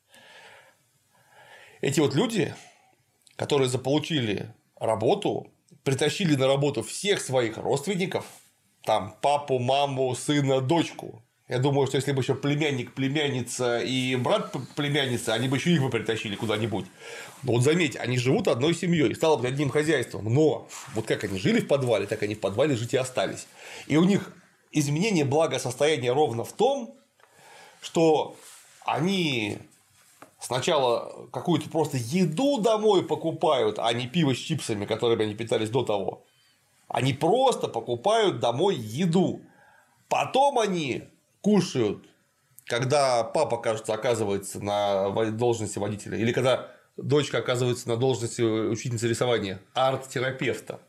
эти вот люди, которые заполучили работу, притащили на работу всех своих родственников, там папу, маму, сына, дочку. Я думаю, что если бы еще племянник, племянница и брат племянница, они бы еще их бы притащили куда-нибудь. Но вот заметь, они живут одной семьей, стало бы одним хозяйством. Но вот как они жили в подвале, так они в подвале жить и остались. И у них изменение благосостояния ровно в том, что они сначала какую-то просто еду домой покупают, а не пиво с чипсами, которыми они питались до того. Они просто покупают домой еду. Потом они кушают, когда папа, кажется, оказывается на должности водителя, или когда дочка оказывается на должности учительницы рисования, арт-терапевта.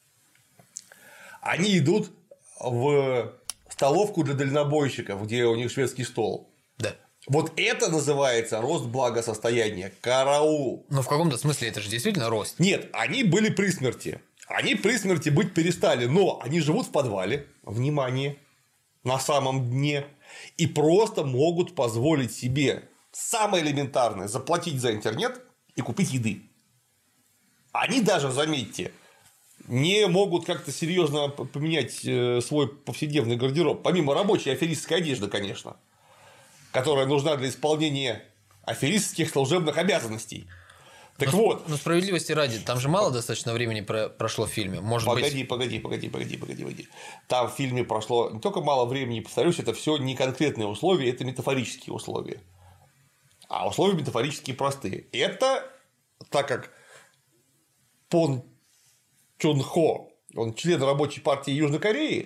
Они идут в столовку для дальнобойщиков, где у них шведский стол. Да. Вот это называется рост благосостояния. Караул. Но в каком-то смысле это же действительно рост. Нет, они были при смерти. Они при смерти быть перестали, но они живут в подвале, внимание, на самом дне, и просто могут позволить себе самое элементарное заплатить за интернет и купить еды. Они даже, заметьте, не могут как-то серьезно поменять свой повседневный гардероб, помимо рабочей аферистской одежды, конечно, которая нужна для исполнения аферистских служебных обязанностей. Так вот. Ну, справедливости ради, там же мало достаточно времени прошло в фильме. Может Погоди. Там в фильме прошло не только мало времени, повторюсь, это все не конкретные условия, это метафорические условия. А условия метафорические простые. Это так как Пон Чон Хо, он член рабочей партии Южной Кореи,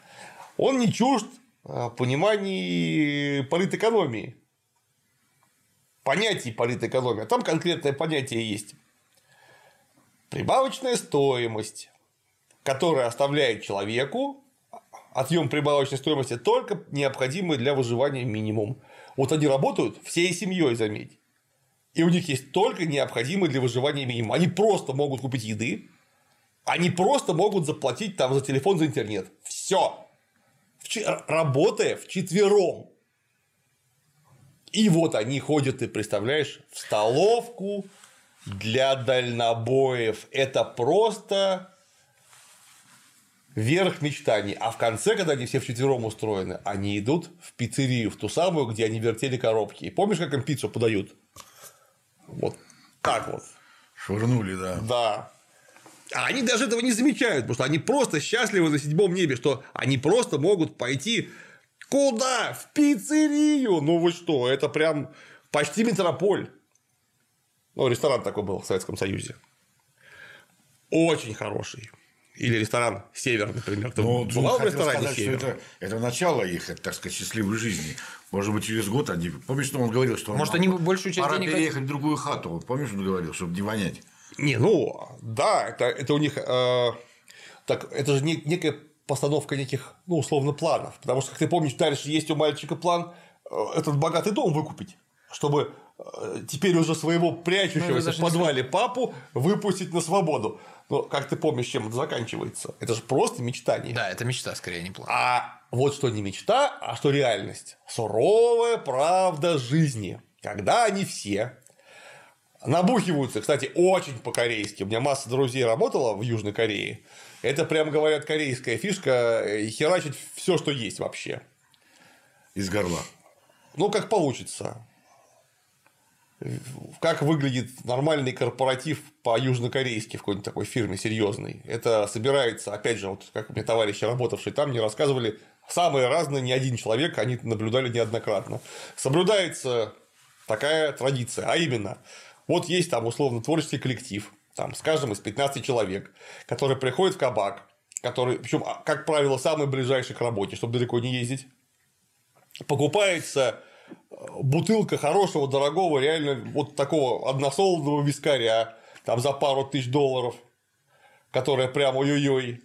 он не чужд пониманий политэкономии. понятий политэкономии, а там конкретное понятие есть. Прибавочная стоимость, которая оставляет человеку отъем прибавочной стоимости только необходимый для выживания минимум. Вот они работают всей семьей, заметь. И у них есть только необходимый для выживания минимум. Они просто могут купить еды, они просто могут заплатить там за телефон, за интернет. Все. Работая вчетвером. И вот они ходят, ты представляешь, в столовку для дальнобоев. Это просто верх мечтаний. А в конце, когда они все вчетвером устроены, они идут в пиццерию, в ту самую, где они вертели коробки. И помнишь, как им пиццу подают? Вот так вот. Швырнули, да. Да. А они даже этого не замечают, потому что они просто счастливы на седьмом небе, что они просто могут пойти куда? В пиццерию! Ну вы что, это прям почти метрополь. Ну, ресторан такой был в Советском Союзе. Очень хороший. Или ресторан «Север», например. Ты бывал в ресторане сказать, «Север»? что это начало их, так сказать, счастливой жизни. Может быть, через год они... Помнишь, что он говорил, что Может, они большую часть пора денег... переехать в другую хату. Помнишь, он говорил, чтобы не вонять? Не, ну, да, это у них... так, это же некая постановка неких, ну, условно, планов. Потому что, как ты помнишь, дальше есть у мальчика план этот богатый дом выкупить, чтобы теперь уже своего прячущегося в подвале папу выпустить на свободу. Но, как ты помнишь, чем это заканчивается? Это же просто мечтание. Да, это мечта, скорее, не план. А вот что не мечта, а что реальность. Суровая правда жизни. Когда они все набухиваются, кстати, очень по-корейски. У меня масса друзей работала в Южной Корее. Это, прям говорят, корейская фишка херачить все, что есть вообще. Из горла. Ну, как получится. Как выглядит нормальный корпоратив по-южнокорейски в какой-нибудь такой фирме серьезной. Это собирается, опять же, вот как мне товарищи, работавшие там, мне рассказывали, самые разные, не один человек, они наблюдали неоднократно. Соблюдается такая традиция, а именно, вот есть там условно творческий коллектив, там, скажем, из 15 человек, который приходит в кабак, который, причем, как правило, самый ближайший к работе, чтобы далеко не ездить, покупается бутылка хорошего, дорогого, реально вот такого односолодного вискаря, там за пару тысяч $, которая прям ой-ой-ой.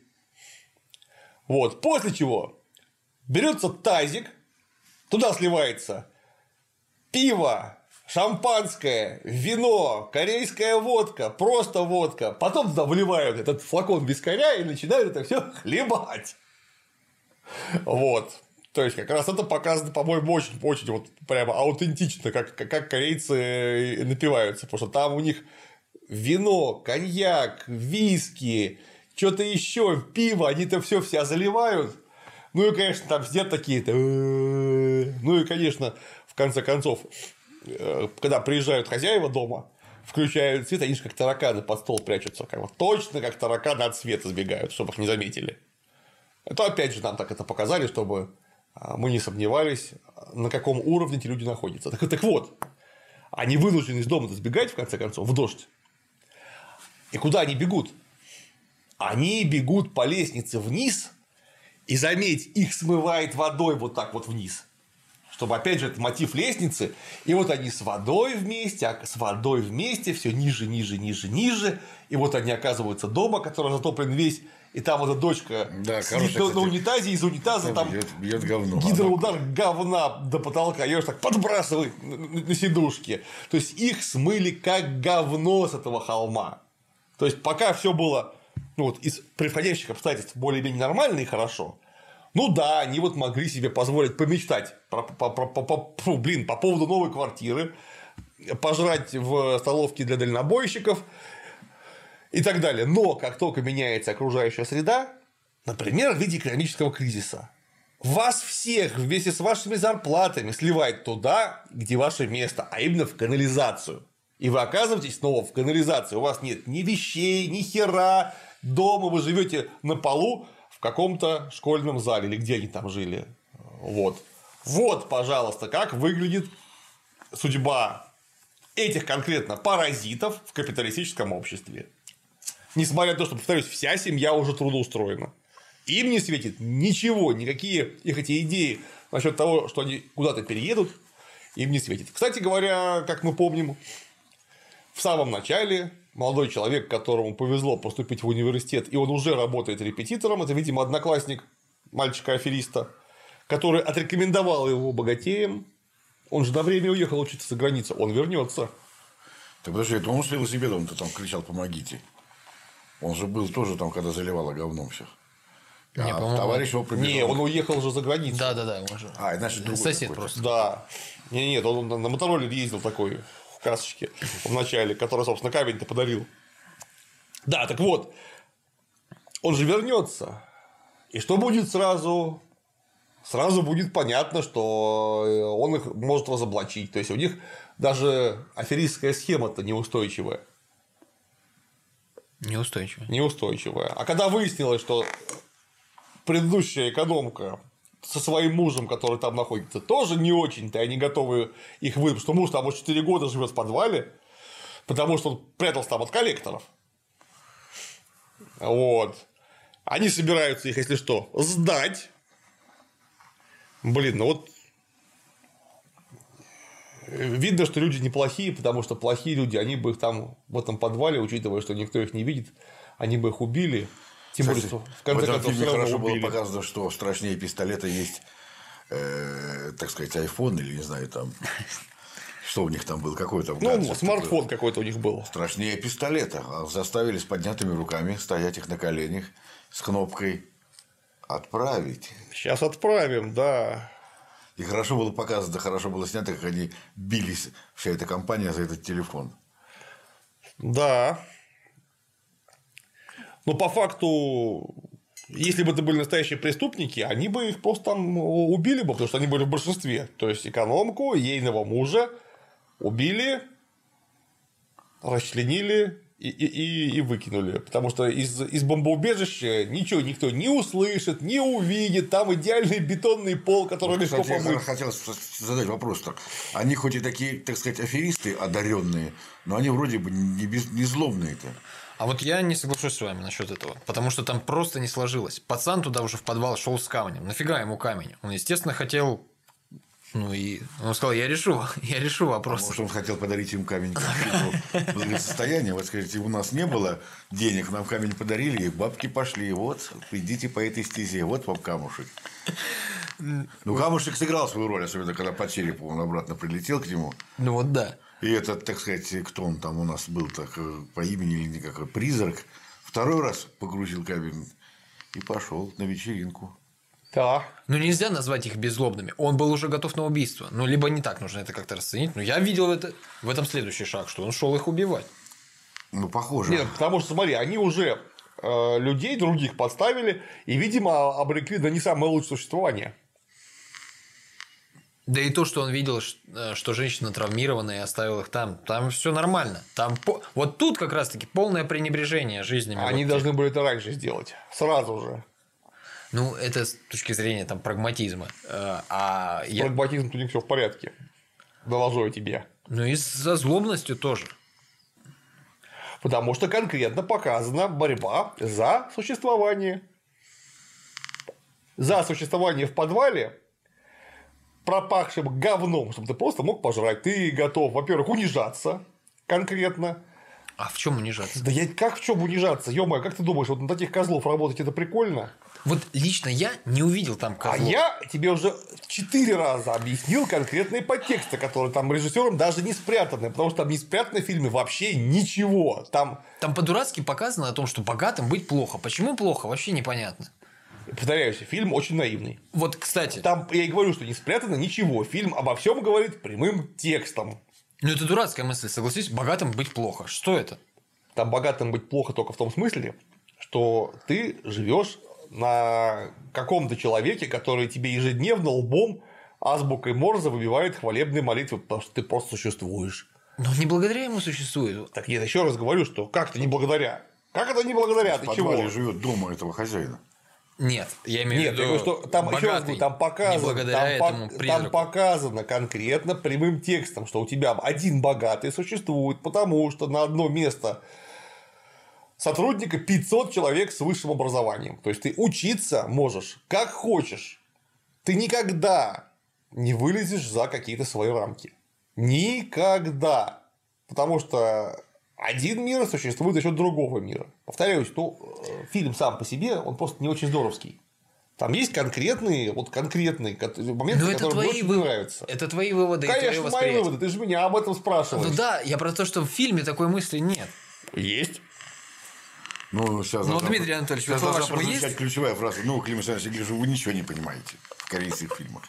Вот. После чего берется тазик, туда сливается пиво, шампанское, вино, корейская водка, просто водка. Потом туда вливают этот флакон вискаря и начинают это все хлебать. Вот. То есть, как раз это показано, по-моему, очень вот прямо аутентично, как корейцы напиваются. Потому что там у них вино, коньяк, виски, что-то еще, пиво, они-то все заливают. Ну и, конечно, там сидят такие-то. Ну и, конечно, в конце концов, когда приезжают хозяева дома, включают свет, они же как тараканы под стол прячутся. Точно как тараканы от света сбегают, чтобы их не заметили. Это опять же нам так это показали, чтобы мы не сомневались, на каком уровне эти люди находятся. Так вот, они вынуждены из дома сбегать, в конце концов, в дождь. И куда они бегут? Они бегут по лестнице вниз, и, заметь, их смывает водой вот так вот вниз. Чтобы, опять же, это мотив лестницы. И вот они с водой вместе, все ниже, ниже. И вот они оказываются дома, который затоплен весь. И там эта дочка сидит на унитазе, из унитаза там бьет говно. Гидроудар говна до потолка, ее так подбрасывает на сидушке. То есть их смыли как говно с этого холма. То есть пока все было, ну, вот, из приходящих обстоятельств более-менее нормально и хорошо. Ну да, они вот могли себе позволить помечтать по поводу новой квартиры, пожрать в столовке для дальнобойщиков и так далее. Но как только меняется окружающая среда, например, в виде экономического кризиса, вас всех вместе с вашими зарплатами сливает туда, где ваше место, а именно в канализацию. И вы оказываетесь снова в канализации. У вас нет ни вещей, ни хера. Дома вы живете на полу в каком-то школьном зале, или где они там жили. Вот. Вот, пожалуйста, как выглядит судьба этих конкретно паразитов в капиталистическом обществе. Несмотря на то, что, повторюсь, вся семья уже трудоустроена. Им не светит ничего, никакие их эти идеи насчет того, что они куда-то переедут, им не светит. Кстати говоря, как мы помним, в самом начале молодой человек, которому повезло поступить в университет, и он уже работает репетитором, это, видимо, одноклассник мальчика-афериста, который отрекомендовал его богатеем. Он же на время уехал учиться за границу, он вернется. Так подожди, это он с велосипедом-то там кричал «помогите». Он же был тоже там, когда заливало говном всех. Не, А по-моему, товарищ его пробежал. Не, он уехал уже за границу. Да, он же. А, значит, другой Сосед какой-то. просто. Да. Нет, он на мотороллере ездил такой в красочке в начале, который, собственно, камень-то подарил. Да, так вот, он же вернется. И что будет сразу? Сразу будет понятно, что он их может разоблачить. То есть у них даже аферистская схема-то неустойчивая. Неустойчиво. Неустойчивая. А когда выяснилось, что предыдущая экономка со своим мужем, который там находится, тоже не очень-то, они готовы их выдать, что муж там уже 4 года живет в подвале, потому что он прятался там от коллекторов. Вот. Они собираются их, если что, сдать. Блин, ну вот видно, что люди неплохие, потому что плохие люди, они бы их там в этом подвале, учитывая, что никто их не видит, они бы их убили. Тем более, что в конце этом концов фильме все равно хорошо было убили. показано, что страшнее пистолета есть, так сказать, iPhone или не знаю там, что у них там был, какой там. Ну, гаджет смартфон такой. какой-то у них был. Страшнее пистолета. А заставили с поднятыми руками стоять их на коленях с кнопкой «Отправить». Сейчас отправим, да. И хорошо было показано, хорошо было снято, как они бились, вся эта компания, за этот телефон. Да. Но по факту, если бы это были настоящие преступники, они бы их просто там убили бы, потому что они были в большинстве. То есть экономку, ейного мужа убили, расчленили и выкинули. Потому что из бомбоубежища ничего никто не услышит, не увидит. Там идеальный бетонный пол, который легко Кстати, я помыть. хотел задать вопрос. Они хоть и такие, так сказать, аферисты одаренные, но они вроде бы не злобные-то. А вот я не соглашусь с вами насчет этого, потому что там просто не сложилось. Пацан туда уже в подвал шел с камнем. Нафига ему камень? Он, естественно, хотел. Ну и он сказал, я решу вопрос. Может, он хотел подарить им камень как благосостояние. Вот скажите, у нас не было денег, нам камень подарили, и бабки пошли. Вот, идите по этой стезе, вот вам камушек. Ну, камушек сыграл свою роль, особенно когда по черепу он обратно прилетел к нему. Ну вот да. И этот, так сказать, кто он там у нас был, так по имени или никакой, призрак, второй раз погрузил камень и пошел на вечеринку. Да. Ну нельзя назвать их беззлобными. Он был уже готов на убийство. Ну либо не так нужно это как-то расценить. Но я видел в этом следующий шаг, что он шел их убивать. Ну, похоже. Нет, потому что, смотри, они уже людей других подставили и, видимо, обрекли на не самое лучшее существование. Да и то, что он видел, что женщина травмирована и оставил их там все нормально. Вот тут как раз-таки полное пренебрежение жизнями. Они вот должны были это раньше сделать. Сразу же. Ну, это с точки зрения там, прагматизма. Прагматизм у них все в порядке. Доложу я тебе. Ну и за злобностью тоже. Потому что конкретно показана борьба за существование. За существование в подвале, пропахшим говном, чтобы ты просто мог пожрать. Ты готов, во-первых, унижаться конкретно. А в чем унижаться? Да как в чем унижаться? Ё-моё, как ты думаешь, вот на таких козлов работать это прикольно? Вот лично я не увидел там козлов. А я тебе уже 4 раза объяснил конкретные подтексты, которые там режиссером даже не спрятаны, потому что там не спрятано в фильме вообще ничего. Там по-дурацки показано о том, что богатым быть плохо. Почему плохо, вообще непонятно. Повторяюсь, фильм очень наивный. Вот, кстати. Там я и говорю, что не спрятано ничего. Фильм обо всем говорит прямым текстом. Ну, это дурацкая мысль, согласись, богатым быть плохо. Что это? Там богатым быть плохо только в том смысле, что ты живешь на каком-то человеке, который тебе ежедневно лбом азбукой Морзе выбивает хвалебные молитвы, потому что ты просто существуешь. Но не благодаря ему существует. Так я еще раз говорю, что как-то не благодаря. Как это не благодаря? В Ты подвале чего? живет дома этого хозяина. Нет, я имею в Нет, виду. я говорю, что там еще раз говорю, там показано, не благодаря этому там призраку. показано конкретно прямым текстом, что у тебя один богатый существует, потому что на одно место сотрудника 500 человек с высшим образованием. То есть ты учиться можешь как хочешь. Ты никогда не вылезешь за какие-то свои рамки. Никогда. Потому что один мир существует за счет другого мира. Повторяюсь, фильм сам по себе, он просто не очень здоровский. Там есть конкретные моменты, которые мне очень нравятся. Это твои выводы и твои Конечно, мои восприятия. выводы. Ты же меня об этом спрашиваешь. Ну да, я про то, что в фильме такой мысли нет. Есть. Ну, сейчас Дмитрий Анатольевич, сейчас вот должна по-вашему прозвучать есть? ключевая фраза. Ну, Клим Александрович, я вижу, вы ничего не понимаете в корейских фильмах.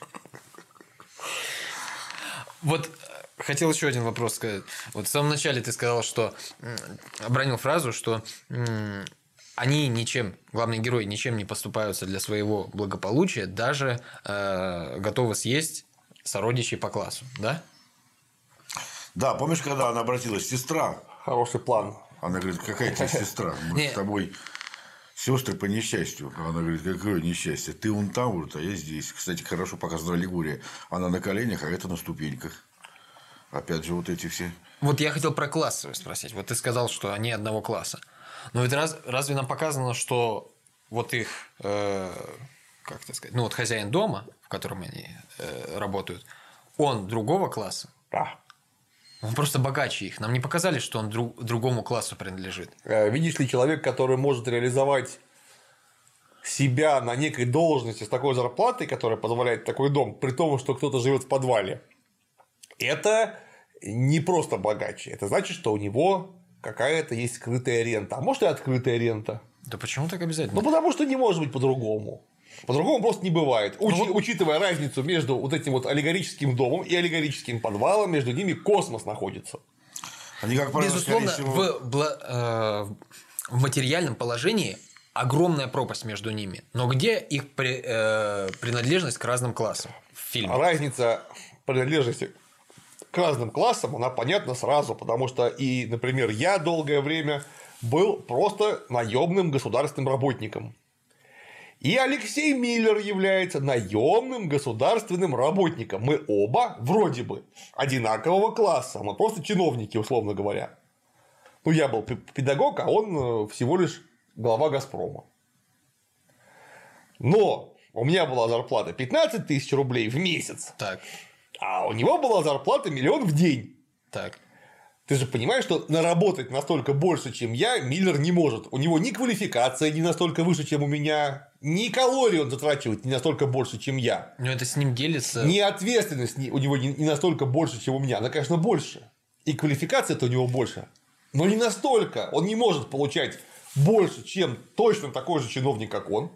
Вот хотел еще один вопрос сказать. Вот в самом начале ты сказал, что обронил фразу, что они ничем, главные герои ничем не поступаются для своего благополучия, даже готовы съесть сородичей по классу, да? Да, помнишь, когда она обратилась, сестра? Хороший план. Она говорит, какая тебе сестра? Мы с тобой сестры по несчастью. Она говорит, какое несчастье? Ты вон там, говорит, а я здесь. Кстати, хорошо показана аллегория. Она на коленях, а это на ступеньках. Опять же, вот эти все. Вот я хотел про классы спросить. Вот ты сказал, что они одного класса. Но ведь разве нам показано, что вот их, как это сказать, ну вот хозяин дома, в котором они работают, он другого класса? Да. Он просто богаче их. Нам не показали, что он другому классу принадлежит. Видишь ли, человек, который может реализовать себя на некой должности с такой зарплатой, которая позволяет такой дом, при том, что кто-то живет в подвале, это не просто богаче. Это значит, что у него какая-то есть скрытая рента. А может и открытая рента. Да почему так обязательно? Ну, потому что не может быть по-другому. По-другому просто не бывает. Учитывая разницу между вот этим вот аллегорическим домом и аллегорическим подвалом, между ними космос находится. Они, как правило, Безусловно, всего... в материальном положении огромная пропасть между ними. Но где их принадлежность к разным классам в фильме? Разница принадлежности к разным классам, она понятна сразу, потому что и, например, я долгое время был просто наемным государственным работником. И Алексей Миллер является наемным государственным работником. Мы оба вроде бы одинакового класса, мы просто чиновники, условно говоря. Ну, я был педагог, а он всего лишь глава «Газпрома». Но у меня была зарплата 15 тысяч рублей в месяц, Так, а у него была зарплата 1 000 000 в день. так. Ты же понимаешь, что наработать настолько больше, чем я, Миллер не может. У него ни квалификация не настолько выше, чем у меня, ни калорий он затрачивает не настолько больше, чем я. Но это с ним делится. Ни ответственность у него не настолько больше, чем у меня. Она, конечно, больше. И квалификация-то у него больше. Но не настолько. Он не может получать больше, чем точно такой же чиновник, как он.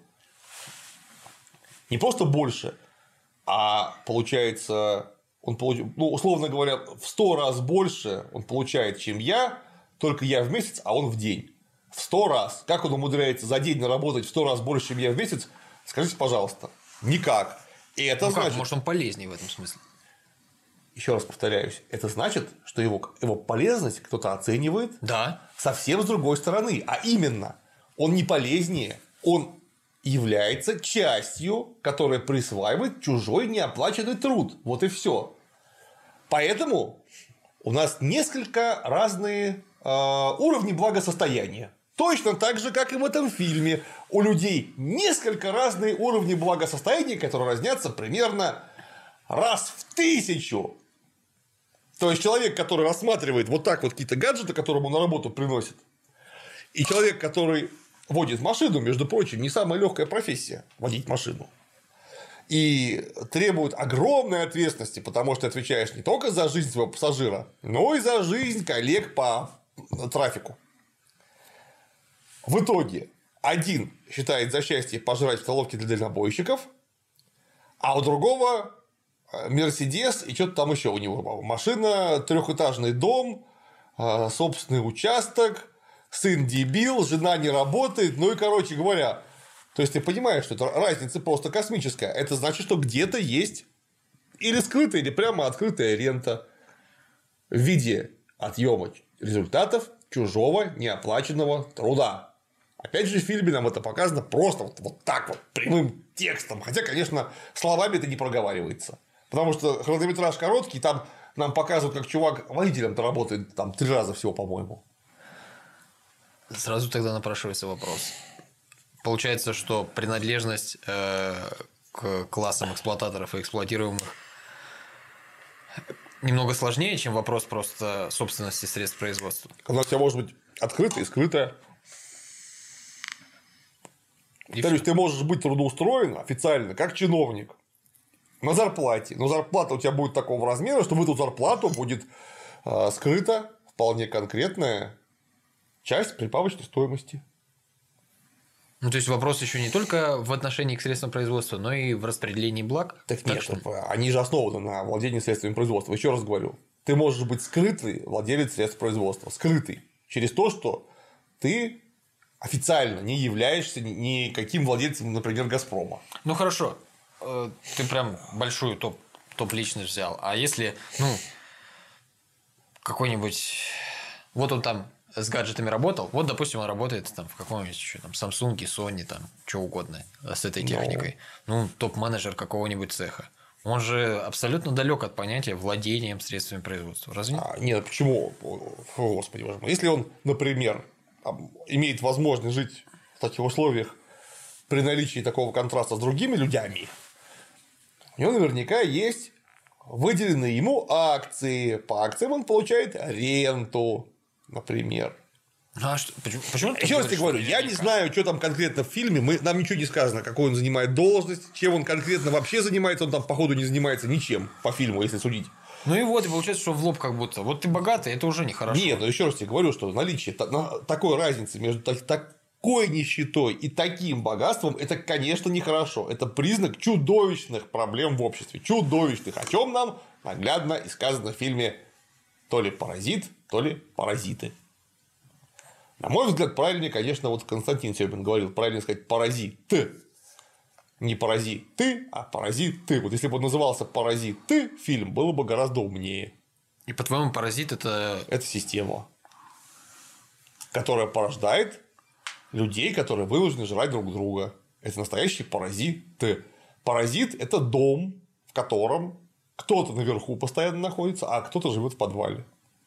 Не просто больше, а получается... Он ну, условно говоря, в 100 раз больше он получает, чем я, только я в месяц, а он в день. В 100 раз. Как он умудряется за день наработать в 100 раз больше, чем я в месяц? Скажите, пожалуйста. Никак. И это значит... Как? Может, он полезнее в этом смысле? Еще раз повторяюсь. Это значит, что его полезность кто-то оценивает Да. совсем с другой стороны. А именно, он не полезнее, он является частью, которая присваивает чужой неоплаченный труд. Вот и все. Поэтому у нас несколько разные уровни благосостояния. Точно так же, как и в этом фильме. У людей несколько разные уровни благосостояния, которые разнятся примерно раз в 1000. То есть человек, который рассматривает вот так вот какие-то гаджеты, которые ему на работу приносят, и человек, который водит машину, между прочим, не самая легкая профессия – водить машину. И требует огромной ответственности, потому что ты отвечаешь не только за жизнь своего пассажира, но и за жизнь коллег по трафику. В итоге один считает за счастье пожрать в столовке для дальнобойщиков, а у другого Мерседес и что-то там еще у него. Машина, трехэтажный дом, собственный участок, сын дебил, жена не работает. Ну и, короче говоря, то есть ты понимаешь, что это разница просто космическая. Это значит, что где-то есть или скрытая, или прямо открытая рента в виде отъема результатов чужого неоплаченного труда. Опять же, в фильме нам это показано просто вот так вот, прямым текстом. Хотя, конечно, словами это не проговаривается. Потому что хронометраж короткий, там нам показывают, как чувак водителем-то работает там 3 раза всего, по-моему. Сразу тогда напрашивается вопрос. Получается, что принадлежность к классам эксплуататоров и эксплуатируемых немного сложнее, чем вопрос просто собственности средств производства. Она у тебя может быть открытая и скрытая. То есть ты можешь быть трудоустроен официально как чиновник на зарплате, но зарплата у тебя будет такого размера, что в эту зарплату будет скрыта вполне конкретная часть прибавочной стоимости. Ну, то есть вопрос еще не только в отношении к средствам производства, но и в распределении благ. Так нет, они же основаны на владении средствами производства. Еще раз говорю, ты можешь быть скрытый владелец средств производства. Скрытый. Через то, что ты официально не являешься никаким владельцем, например, «Газпрома». Ну, хорошо. Ты прям большую топ-личность взял. А если, какой-нибудь... Вот он там с гаджетами работал. Вот, допустим, он работает там в каком-нибудь еще там Samsung, Sony, там, что угодно с этой техникой. Ну, топ-менеджер какого-нибудь цеха. Он же абсолютно далек от понятия владением средствами производства. Разве нет? Нет, почему? Господи боже мой. Если он, например, имеет возможность жить в таких условиях при наличии такого контраста с другими людьми, у него наверняка есть выделенные ему акции. По акциям он получает ренту, например. А что? Почему ты Еще раз тебе говорю, говоришь, я не знаю, что там конкретно в фильме, нам ничего не сказано, какой он занимает должность, чем он конкретно вообще занимается, он там, походу, не занимается ничем по фильму, если судить. Ну и вот, и получается, что в лоб как будто. Вот ты богатый, это уже нехорошо. Нет, но еще раз тебе говорю, что наличие такой разницы между такой нищетой и таким богатством, это, конечно, нехорошо. Это признак чудовищных проблем в обществе. Чудовищных. О чем нам наглядно и сказано в фильме то ли «Паразит», то ли «Паразиты». На мой взгляд, правильнее, конечно, вот Константин Сёбин говорил, правильно сказать «паразит». Не «паразит ты», а «паразит ты». Вот если бы он назывался «Паразит ты», фильм было бы гораздо умнее. И по-твоему, паразит это... Это система, которая порождает людей, которые вынуждены жрать друг друга. Это настоящий паразит. Паразит – это дом, в котором кто-то наверху постоянно находится, а кто-то живет в подвале.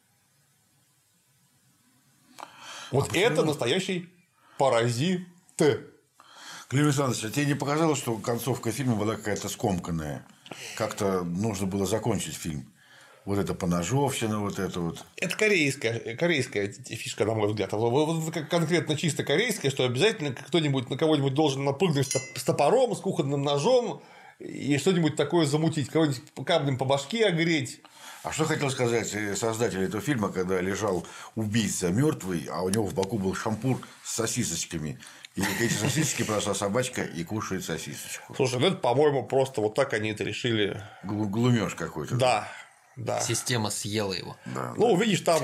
Вот это настоящий паразит. Клим Александрович, а тебе не показалось, что концовка фильма была какая-то скомканная? Как-то нужно было закончить фильм. Вот это поножовщина, вот это вот. Это корейская фишка, на мой взгляд. Вот конкретно чисто корейская, что обязательно кто-нибудь на кого-нибудь должен напрыгнуть с топором, с кухонным ножом и что-нибудь такое замутить, кого-нибудь камнем по башке огреть. А что хотел сказать создатель этого фильма, когда лежал убийца мертвый, а у него в боку был шампур с сосисочками. И эти сосисочки прошла собачка и кушает сосисочку. Слушай, ну это, по-моему, просто вот так они это решили. Глумеж какой-то. Да. Да. Система съела его. Да, ну, видишь, там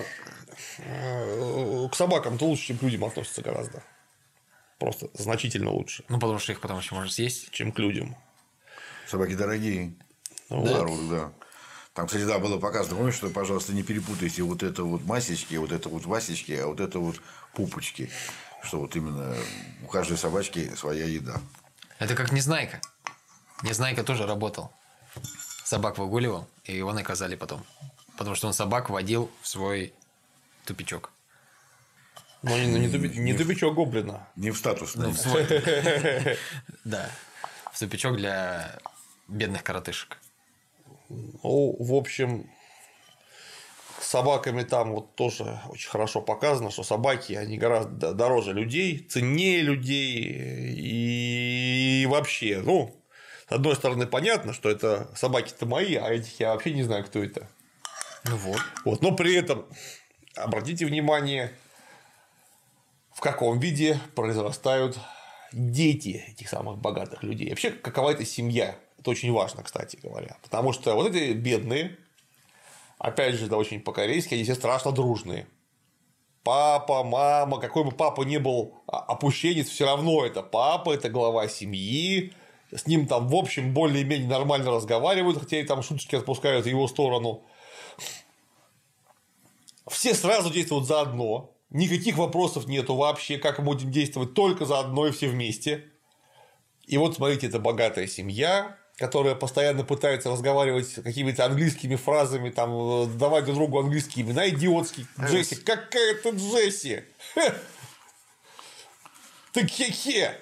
к собакам-то лучше, чем к людям относятся гораздо. Просто значительно лучше. Ну, потому что их потом еще можно съесть. Чем к людям. Собаки дорогие. Народу, да. Там, кстати, да, было показано, помнишь, что, пожалуйста, не перепутайте вот это вот масечки, вот это вот васечки, а вот это вот пупочки. Что вот именно у каждой собачки своя еда. Это как Незнайка. Незнайка тоже работал. Собак выгуливал, и его наказали потом. Потому что он собак водил в свой тупичок. Ну, не тупичок гоблина. Не в статусном. Да. В тупичок для бедных коротышек. Ну, в общем, с собаками там вот тоже очень хорошо показано, что собаки, они гораздо дороже людей, ценнее людей и вообще, ну, с одной стороны, понятно, что это собаки-то мои, а этих я вообще не знаю, кто это. Ну вот. Но при этом обратите внимание, в каком виде произрастают дети этих самых богатых людей. Вообще, какова эта семья? Это очень важно, кстати говоря. Потому что вот эти бедные, опять же, это очень по-корейски, они все страшно дружные. Папа, мама, какой бы папа ни был опущенец, все равно это папа, это глава семьи. С ним там, в общем, более-менее нормально разговаривают, хотя и там шуточки отпускают в его сторону. Все сразу действуют заодно. Никаких вопросов нету вообще, как мы будем действовать, только заодно и все вместе. И вот, смотрите, это богатая семья, которая постоянно пытается разговаривать какими-то английскими фразами, там, давать друг другу английские имена идиотские. Джесси, какая-то Джесси! Ты хе-хе!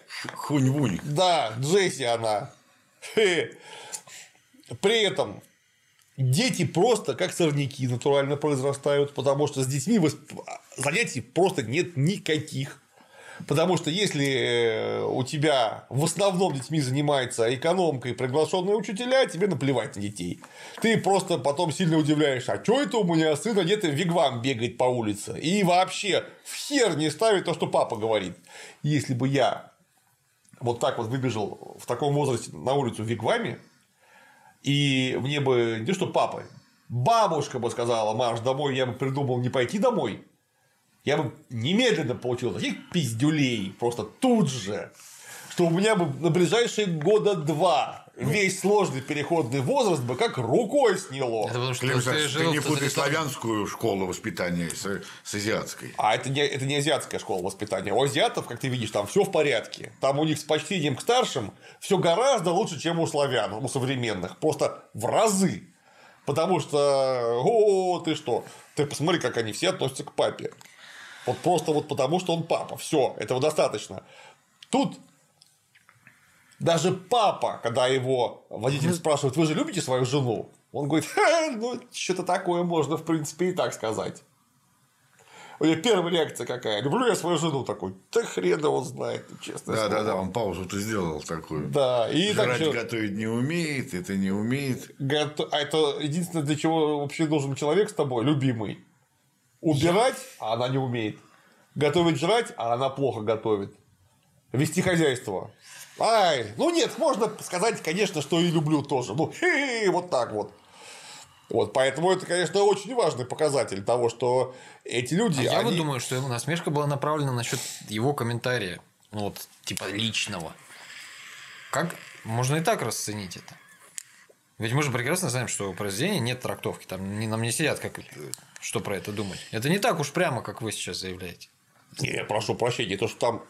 Хунь-вунь. Да, Джесси она. При этом дети просто как сорняки натурально произрастают, потому что с детьми занятий просто нет никаких. Потому что если у тебя в основном детьми занимается экономка и приглашенные учителя, тебе наплевать на детей. Ты просто потом сильно удивляешься, а что это у меня сын одет в вигвам бегает по улице? И вообще в хер не ставит то, что папа говорит. Если бы я вот так вот выбежал в таком возрасте на улицу в вигваме, и мне бы не то что папа, бабушка бы сказала: марш домой, я бы придумал не пойти домой, я бы немедленно получил таких пиздюлей просто тут же, что у меня бы на ближайшие года 2 весь сложный переходный возраст бы как рукой сняло. Это потому что Клим ты Александрович, ты жил не в путай тоталитарном- славянскую школу воспитания с азиатской. А это не азиатская школа воспитания. У азиатов, как ты видишь, там все в порядке. Там у них с почтением к старшим все гораздо лучше, чем у славян, у современных. Просто в разы. Потому что, ты что? Ты посмотри, как они все относятся к папе. Вот просто вот потому, что он папа. Все, этого достаточно. Тут даже папа, когда его водитель спрашивает: вы же любите свою жену? Он говорит: ну, что-то такое можно, в принципе, и так сказать. У него первая реакция какая? Люблю я свою жену. Такой: да хрен его знает, честно. Да, он паузу-то сделал такую. Да, и так Жрать же готовить не умеет, это не умеет. А это единственное, для чего вообще нужен человек с тобой, любимый. Убирать, а она не умеет. Готовить, жрать, а она плохо готовит. Вести хозяйство. Ну нет, можно сказать, конечно, что и люблю тоже. Ну, вот так вот. Вот, поэтому это, конечно, очень важный показатель того, что эти люди. Я вот думаю, что насмешка была направлена насчет его комментария. Ну, вот, типа личного. Как можно и так расценить это? Ведь мы же прекрасно знаем, что у произведения нет трактовки. Там нам не сидят, что про это думать. Это не так уж прямо, как вы сейчас заявляете. Не, прошу прощения, то, что там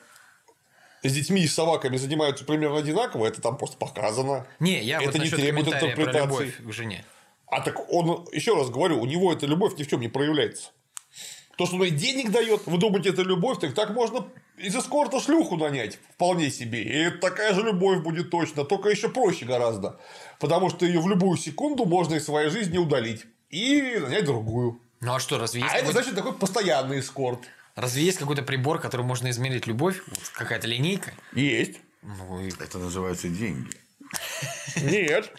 с детьми и с собаками занимаются примерно одинаково, это там просто показано. Не, я это вот не насчет требует комментария про интерпретации. любовь к жене. А так он, еще раз говорю, у него эта любовь ни в чем не проявляется. То, что он ей денег дает, вы думаете, это любовь, так можно из эскорта шлюху нанять вполне себе. И это такая же любовь будет точно, только еще проще гораздо. Потому что ее в любую секунду можно из своей жизни удалить и нанять другую. Ну а что, разве есть А это значит такой постоянный эскорт. Разве есть какой-то прибор, которым можно измерить любовь? Вот какая-то линейка? Есть. Ну, и- Это называется деньги. Нет.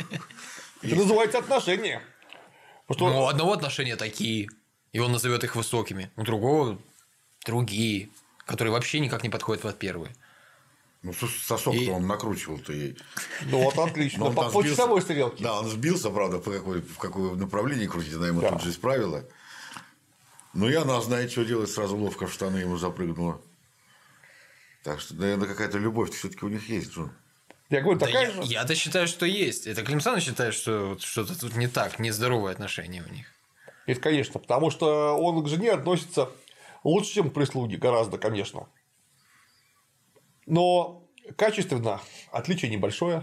Это называется отношения. Потому Ну, что у одного отношения такие, и он назовет их высокими, у другого другие, которые вообще никак не подходят под первые. Ну, сосок-то он накручивал-то ей. ну вот отлично. Но он там По сбился. часовой стрелке. Да, он сбился, правда, в какое направление крутить, она ему Да. тут же исправила. Ну, и она знает, что делать, сразу ловко в штаны ему запрыгнула. Так что, наверное, какая-то любовь все-таки у них есть, Джон. Я говорю, Да такая же. я-то считаю, что есть. Это Клим Саныч считает, что вот что-то тут не так, нездоровые отношения у них. Это, конечно, потому что он к жене относится лучше, чем к прислуге, гораздо, конечно. Но качественно отличие небольшое.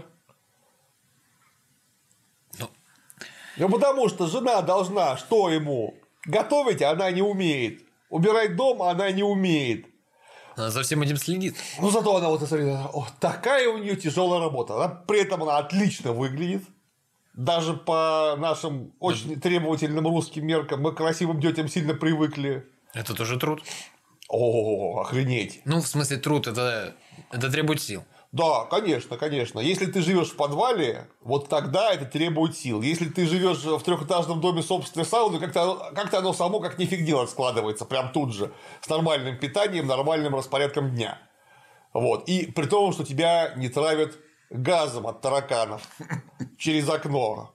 Ну. Ну, потому что жена должна что ему? Готовить она не умеет. Убирать дом она не умеет. Она за всем этим следит. Ну, зато она вот смотри, такая у нее тяжелая работа. При этом она отлично выглядит. Даже по нашим очень требовательным русским меркам мы к красивым детям сильно привыкли. Это тоже труд. О, охренеть. Ну, в смысле, труд это требует сил. Да, конечно, конечно. Если ты живешь в подвале, вот тогда это требует сил. Если ты живешь в трехэтажном доме собственной сауны, как-то оно само как нифиг делать складывается прям тут же. С нормальным питанием, нормальным распорядком дня. Вот. И при том, что тебя не травят газом от тараканов через окно.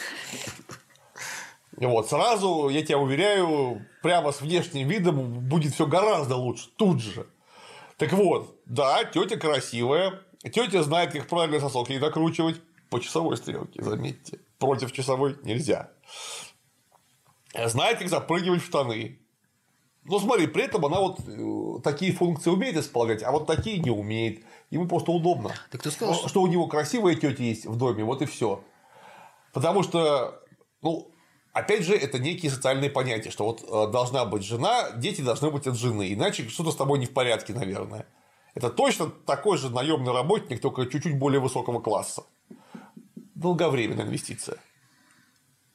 Вот, сразу, я тебя уверяю, прямо с внешним видом будет все гораздо лучше, тут же. Так вот, да, тетя красивая, тетя знает, как правильно сосок ей накручивать по часовой стрелке, заметьте. Против часовой нельзя. Знает, как запрыгивать в штаны. Ну, смотри, при этом она вот такие функции умеет исполнять, а вот такие не умеет. Ему просто удобно. Так ты сказал, что у него красивая тетя есть в доме, вот и все. Потому что, ну, опять же, это некие социальные понятия, что вот должна быть жена, дети должны быть от жены, иначе что-то с тобой не в порядке, наверное. Это точно такой же наемный работник, только чуть-чуть более высокого класса. Долговременная инвестиция.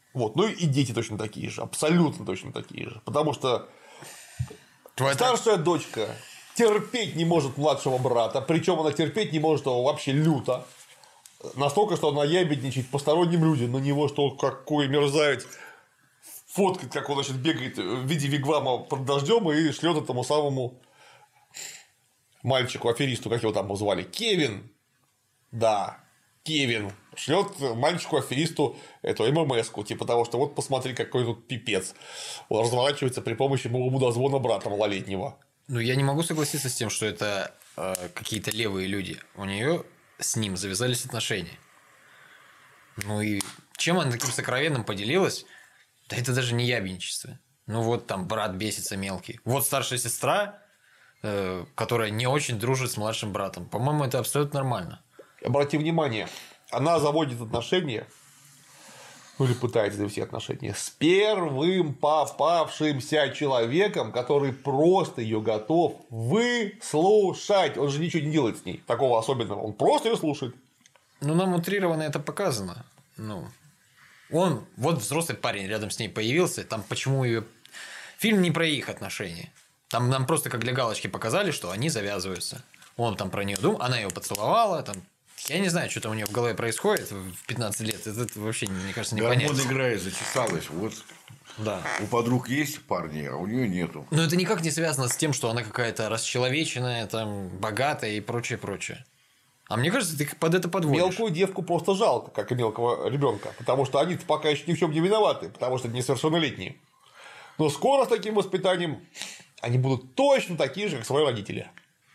Вот. Ну и дети точно такие же, абсолютно точно такие же. Потому что старшая дочка терпеть не может младшего брата, причем она терпеть не может его вообще люто. Настолько, что она ябедничает посторонним людям на него, что какой мерзавец фоткает, как он, значит, бегает в виде вигвама под дождем и шлет этому самому мальчику, аферисту, как его там звали, Кевин. Да, Кевин шлет мальчику-аферисту эту ММС-ку, типа того, что вот посмотри, какой тут пипец. Он разворачивается при помощи моего мудозвона брата малолетнего. Ну, я не могу согласиться с тем, что это какие-то левые люди. У нее с ним завязались отношения. Ну и чем она таким сокровенным поделилась? Да это даже не ябедничество. Ну вот там брат бесится мелкий. Вот старшая сестра, которая не очень дружит с младшим братом. По-моему, это абсолютно нормально. Обрати внимание, она заводит отношения, ну или пытается завести отношения с первым попавшимся человеком, который просто ее готов выслушать. Он же ничего не делает с ней такого особенного, он просто ее слушает. Ну, нам утрированно это показано. Ну, он, вот взрослый парень рядом с ней появился, там почему ее... Фильм не про их отношения. Там нам просто как для галочки показали, что они завязываются. Он там про нее думал, она его поцеловала, там... Я не знаю, что там у нее в голове происходит в 15 лет. Это вообще, мне кажется, не понятно. Гормон играет, зачесалась. Вот Да. у подруг есть парни, а у нее нету. Но это никак не связано с тем, что она какая-то расчеловеченная, там, богатая и прочее, прочее. А мне кажется, ты под это подводишь. Мелкую девку просто жалко, как и мелкого ребенка, потому что они пока еще ни в чем не виноваты, потому что несовершеннолетние. Но скоро с таким воспитанием они будут точно такие же, как свои родители.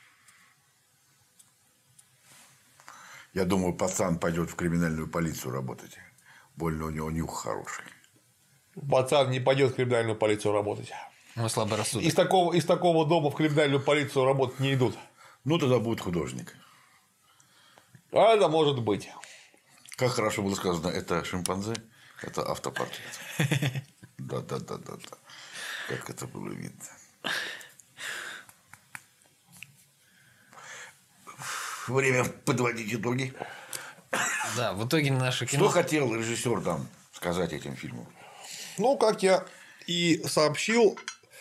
Я думаю, пацан пойдет в криминальную полицию работать. Больно у него нюх хороший. Пацан не пойдет в криминальную полицию работать. Ну, слабый рассудок. Из такого дома в криминальную полицию работать не идут. Ну, тогда будет художник. А это может быть. Как хорошо было сказано, это шимпанзе, это автопортрет. Да. Как это было видно. Время подводить итоги. Да, в итоге наше кино... Что хотел режиссер там сказать этим фильмом? Ну, как я и сообщил,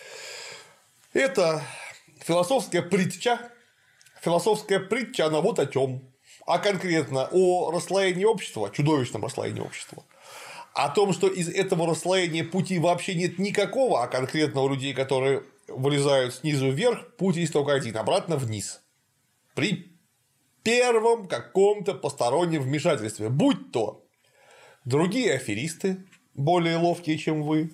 это философская притча. Философская притча, она вот о чем. А конкретно о расслоении общества, чудовищном расслоении общества. О том, что из этого расслоения пути вообще нет никакого, а конкретно у людей, которые вылезают снизу вверх, путь есть только один – обратно вниз. При первом каком-то постороннем вмешательстве, будь то другие аферисты, более ловкие, чем вы,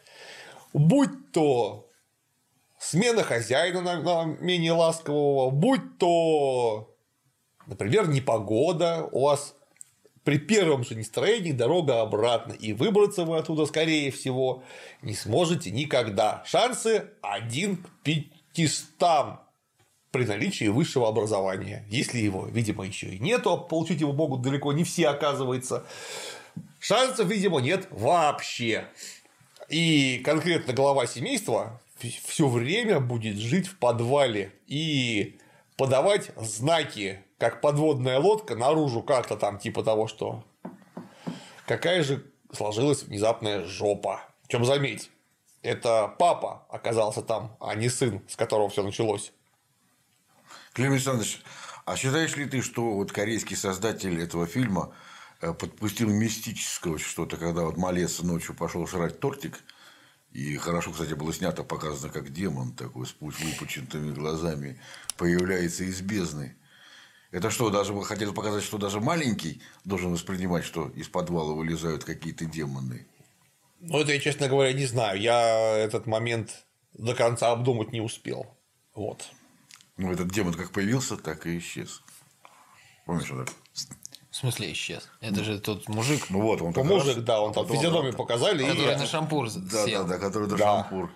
будь то смена хозяина на менее ласкового, будь то, например, непогода, у вас при первом же настроении дорога обратно, и выбраться вы оттуда, скорее всего, не сможете никогда. Шансы 1 к 500 при наличии высшего образования. Если его, видимо, еще и нету, а получить его могут далеко не все, оказывается. Шансов, видимо, нет вообще. И конкретно глава семейства все время будет жить в подвале и подавать знаки, как подводная лодка, наружу как-то там, типа того, что какая же сложилась внезапная жопа. Причем заметь, это папа оказался там, а не сын, с которого все началось. Клим Александрович, а считаешь ли ты, что вот корейский создатель этого фильма подпустил мистического что-то, когда вот малец ночью пошел жрать тортик, и хорошо, кстати, было снято, показано, как демон такой с выпученными глазами появляется из бездны. Это что, даже вы хотели показать, что даже маленький должен воспринимать, что из подвала вылезают какие-то демоны? Ну, это я, честно говоря, не знаю. Я этот момент до конца обдумать не успел. Вот. Ну, этот демон как появился, так и исчез. Помнишь, он так? В смысле исчез? Это же тот мужик, Ну вот, он так Мужик, раз, да, он там физиономию показали. который И... на шампур сел. Да, который до Да. шампур.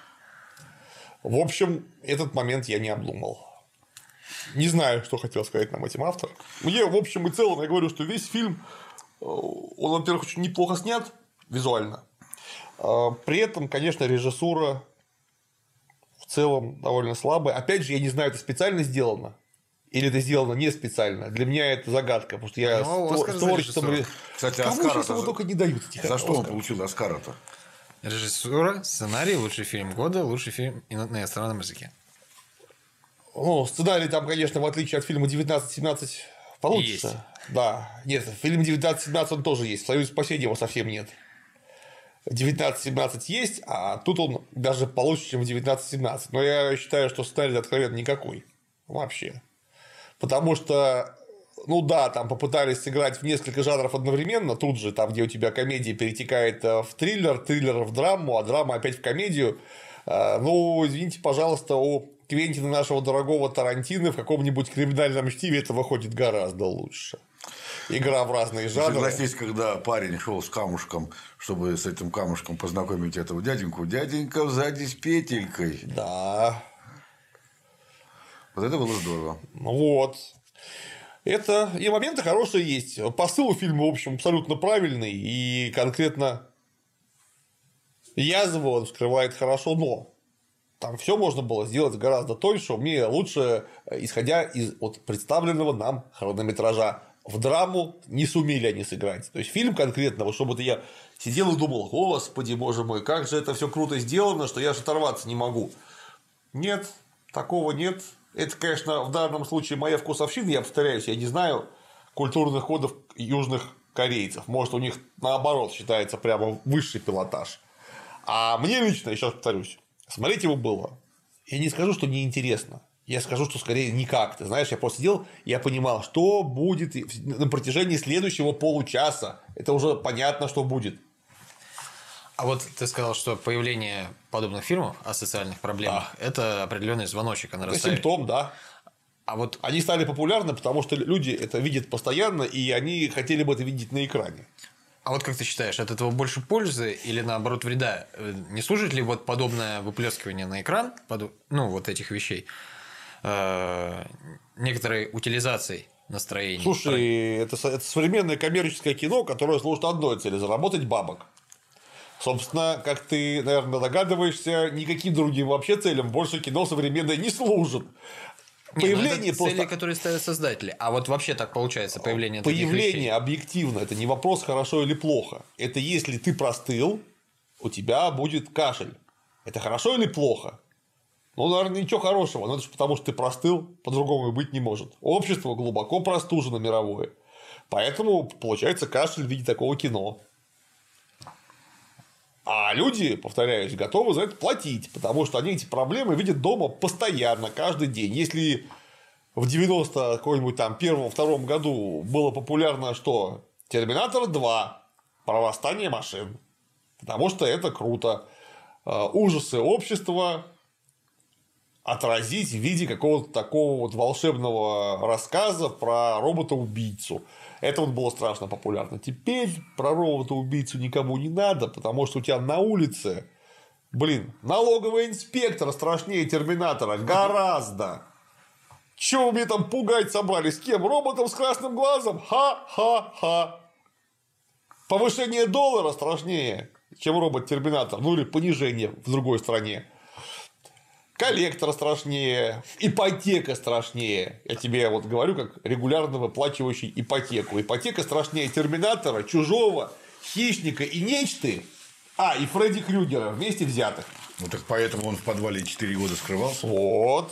В общем, этот момент я не обдумал. Не знаю, что хотел сказать нам этим автор. Мне, в общем и целом, я говорю, что весь фильм, он, во-первых, очень неплохо снят визуально. При этом, конечно, режиссура в целом довольно слабая. Опять же, я не знаю, это специально сделано Или это сделано не специально? Для меня это загадка, потому что я Ну, с Оскар за творчеством... режиссуру. Кстати, Кому Оскар сейчас его только не дают этих За что он Оскаров? получил Оскара-то? Режиссура, сценарий, лучший фильм года, лучший фильм на иностранном языке. Ну, сценарий там, конечно, в отличие от фильма 1917 получится. Есть. Да. Нет, фильм 1917 он тоже есть. В «Союзе спасения» его совсем нет. 1917 есть, а тут он даже получше, чем в 1917. Но я считаю, что сценарий откровенно никакой. Вообще. Потому что, ну да, там попытались сыграть в несколько жанров одновременно, тут же, там, где у тебя комедия перетекает в триллер, триллер в драму, а драма опять в комедию. Ну, извините, пожалуйста, у Квентина нашего дорогого Тарантино в каком-нибудь криминальном чтиве это выходит гораздо лучше. Игра в разные жанры. Согласись, когда парень шел с камушком, чтобы с этим камушком познакомить этого дяденьку, дяденька сзади с петелькой. Да. Вот это было здорово. Ну вот. Это и моменты хорошие есть. Посыл у фильма, в общем, абсолютно правильный. И конкретно язву он вскрывает хорошо, но там все можно было сделать гораздо тоньше, умнее, лучше, исходя из вот представленного нам хронометража. В драму не сумели они сыграть. То есть фильм конкретно, вот чтобы я сидел и думал: господи, боже мой, как же это все круто сделано, что я аж оторваться не могу. Нет, такого нет. Это, конечно, в данном случае моя вкусовщина, я повторяюсь, я не знаю культурных кодов южных корейцев. Может, у них наоборот считается прямо высший пилотаж. А мне лично, еще раз повторюсь, смотреть его было. Я не скажу, что неинтересно. Я скажу, что скорее никак. Ты знаешь, я просто сидел, я понимал, что будет на протяжении следующего получаса. Это уже понятно, что будет. А вот ты сказал, что появление подобных фильмов о социальных проблемах – это определенный звоночек о Это нарастании. симптом, да. А вот Они стали популярны, потому что люди это видят постоянно, и они хотели бы это видеть на экране. А вот как ты считаешь, от этого больше пользы или наоборот вреда? Не служит ли вот подобное выплескивание на экран, ну, вот этих вещей, некоторой утилизацией настроений? Слушай, это современное коммерческое кино, которое служит одной цели – заработать бабок. Собственно, как ты, наверное, догадываешься, никаким другим вообще целям больше кино современное не служит. Появление это цели, которые ставят создатели. А вот вообще так получается, появление таких Появление вещей. объективно – это не вопрос, хорошо или плохо. Это если ты простыл, у тебя будет кашель. Это хорошо или плохо? Ну, наверное, ничего хорошего. Но это же потому, что ты простыл, по-другому и быть не может. Общество глубоко простужено мировое. Поэтому получается кашель в виде такого кино. А люди, повторяюсь, готовы за это платить, потому что они эти проблемы видят дома постоянно, каждый день. Если в 91-м году было популярно что? Терминатор 2. Про восстание машин. Потому что это круто. Ужасы общества отразить в виде какого-то такого вот волшебного рассказа про робота-убийцу. Это вот было страшно популярно. Теперь про робота-убийцу никому не надо, потому что у тебя на улице, налоговый инспектор страшнее Терминатора гораздо. Чего вы мне там пугать собрались? С кем? Роботом с красным глазом? Ха-ха-ха. Повышение доллара страшнее, чем робот-терминатор. Ну или понижение в другой стране. Коллектор страшнее, ипотека страшнее. Я тебе вот говорю, как регулярно выплачивающий ипотеку. Ипотека страшнее Терминатора, Чужого, Хищника и Нечты, и Фредди Крюгера вместе взятых. Ну так поэтому он в подвале 4 года скрывался. Вот.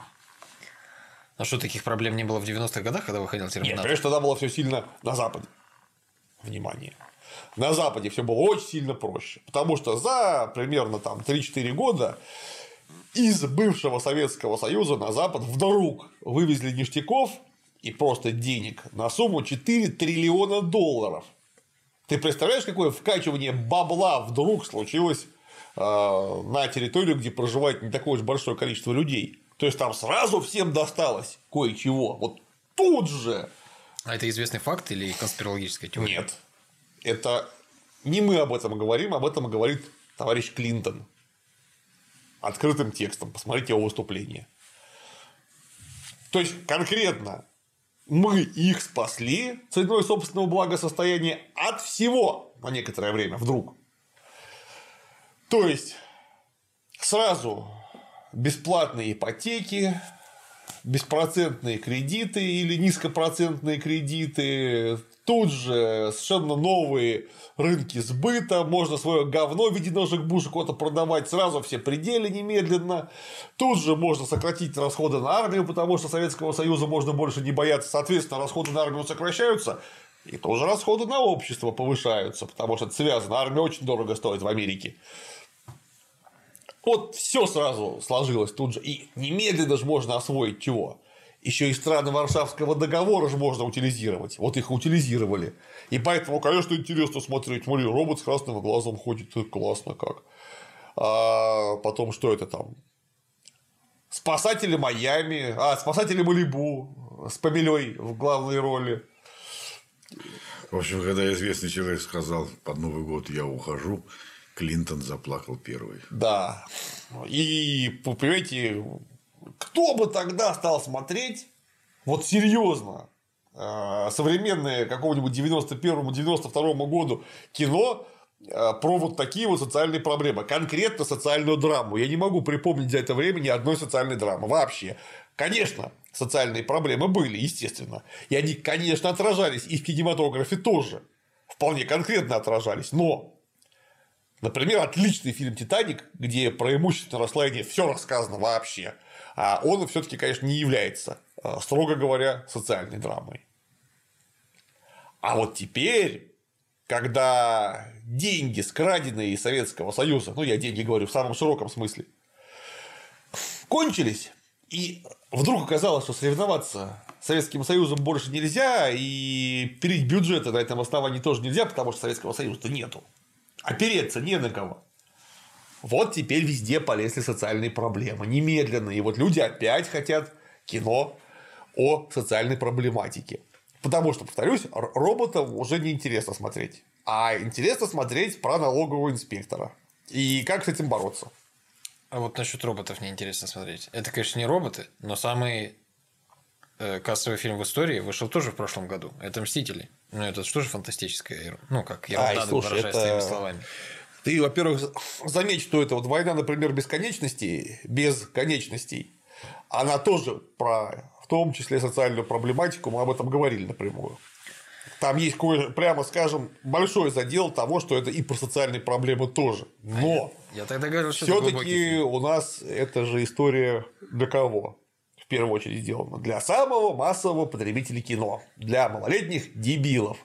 А что, таких проблем не было в 90-х годах, когда выходил Нет, Терминатор? конечно, тогда было все сильно на Западе. Внимание. На Западе все было очень сильно проще. Потому что за примерно 3-4 года из бывшего Советского Союза на Запад вдруг вывезли ништяков и просто денег на сумму 4 триллиона долларов. Ты представляешь, какое вкачивание бабла вдруг случилось на территорию, где проживает не такое уж большое количество людей? То есть там сразу всем досталось кое-чего. Вот тут же. А это известный факт или конспирологическая теория? Нет. Это не мы об этом говорим, об этом говорит товарищ Клинтон. Открытым текстом. Посмотрите его выступление. То есть, конкретно мы их спасли ценой собственного благосостояния от всего на некоторое время вдруг. То есть, сразу бесплатные ипотеки, беспроцентные кредиты или низкопроцентные кредиты, тут же совершенно новые рынки сбыта, можно свое говно в виде ножек бушек куда-то продавать сразу все пределы немедленно, тут же можно сократить расходы на армию, потому что Советского Союза можно больше не бояться, соответственно, расходы на армию сокращаются, и тоже расходы на общество повышаются, потому что это связано, армия очень дорого стоит в Америке. Вот все сразу сложилось тут же. И немедленно же можно освоить чего? Еще и страны Варшавского договора же можно утилизировать. Вот их утилизировали. И поэтому, конечно, интересно смотреть. Смотри, робот с красным глазом ходит. Это классно как. А потом, что это там? Спасатели Майами. Спасатели Малибу. С Памелей в главной роли. В общем, когда известный человек сказал: под Новый год я ухожу, Клинтон заплакал первый. Да. И, понимаете, кто бы тогда стал смотреть, вот серьезно, современное какого-нибудь 91-92 году кино про вот такие вот социальные проблемы, конкретно социальную драму. Я не могу припомнить за это время ни одной социальной драмы вообще. Конечно, социальные проблемы были, естественно. И они, конечно, отражались и в кинематографе тоже. Вполне конкретно отражались. Но например, отличный фильм «Титаник», где про имущественное расслоение все рассказано вообще, а он все-таки, конечно, не является, строго говоря, социальной драмой. А вот теперь, когда деньги, скраденные из Советского Союза, ну, я деньги говорю в самом широком смысле, кончились, и вдруг оказалось, что соревноваться с Советским Союзом больше нельзя, и пилить бюджеты на этом основании тоже нельзя, потому что Советского Союза-то нету. Опереться не на кого. Вот теперь везде полезли социальные проблемы. Немедленно. И вот люди опять хотят кино о социальной проблематике. Потому что, повторюсь, роботам уже не интересно смотреть. А интересно смотреть про налогового инспектора. И как с этим бороться. А вот насчет роботов неинтересно смотреть. Это, конечно, не роботы, но самый кассовый фильм в истории вышел тоже в прошлом году. Это «Мстители». Ну, это что же фантастическое, ну, как ерунда, выражаясь своими словами. Ты, во-первых, заметь, что это вот война, например, бесконечностей, без конечностей, она тоже про, в том числе, социальную проблематику, мы об этом говорили напрямую. Там есть, прямо скажем, большой задел того, что это и про социальные проблемы тоже. Но я тогда говорил, что все-таки у нас это же история для кого? В первую очередь сделано для самого массового потребителя кино, для малолетних дебилов.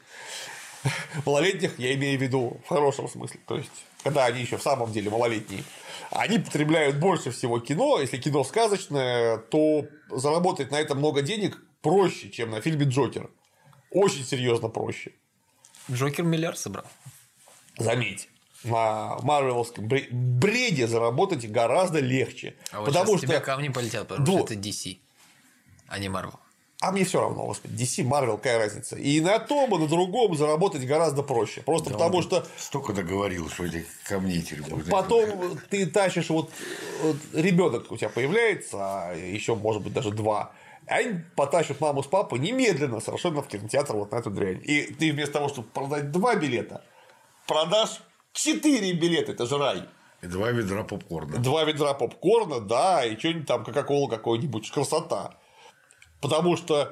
Малолетних я имею в виду в хорошем смысле, то есть когда они еще в самом деле малолетние, они потребляют больше всего кино. Если кино сказочное, то заработать на это много денег проще, чем на фильме «Джокер». Очень серьезно проще. Джокер миллиард собрал. Заметь. На марвеловском бреде заработать гораздо легче. А вот потому сейчас что тебе камни полетят, потому что это DC, а не Marvel. А мне все равно, господи, DC, Marvel, какая разница. И на том, и на другом заработать гораздо проще. Просто потому что. Столько договорил, что этих камней теперь будет. Потом ты тащишь, вот ребенок у тебя появляется, а еще, может быть, даже два. Они потащат маму с папой немедленно совершенно в кинотеатр вот на эту дрянь. И ты вместо того, чтобы продать 2 билета, продашь 4 билета. Это же рай. И 2 ведра попкорна. 2 ведра попкорна, да, и что-нибудь там, кока-колу какой-нибудь, красота. Потому что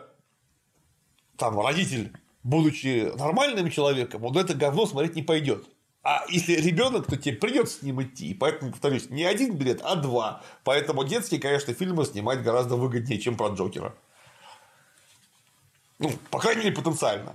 там родитель, будучи нормальным человеком, он это говно смотреть не пойдет. А если ребенок, то тебе придется с ним идти. И поэтому, повторюсь, не 1 билет, а 2. Поэтому детские, конечно, фильмы снимать гораздо выгоднее, чем про Джокера. Ну, по крайней мере, потенциально.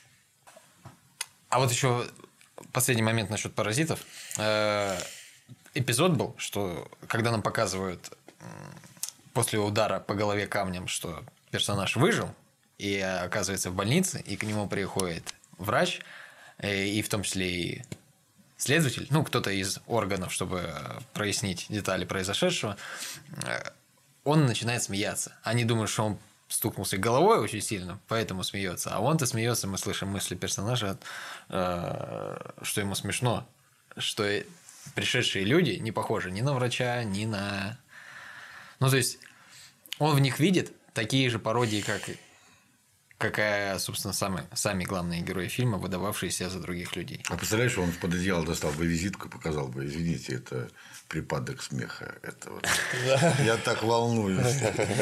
А вот еще последний момент насчет паразитов. Эпизод был, что когда нам показывают после удара по голове камнем, что персонаж выжил и оказывается в больнице, и к нему приходит врач, и в том числе и следователь, ну, кто-то из органов, чтобы прояснить детали произошедшего, он начинает смеяться. Они думают, что он стукнулся головой очень сильно, поэтому смеется. А он-то смеется, мы слышим мысли персонажа, что ему смешно, что пришедшие люди не похожи ни на врача, ни на... Ну, то есть, он в них видит такие же пародии, какая, собственно, сами главные герои фильма, выдававшиеся за других людей. А представляешь, он под одеяло достал бы визитку и показал бы: извините, это припадок смеха. Это вот... Я так волнуюсь.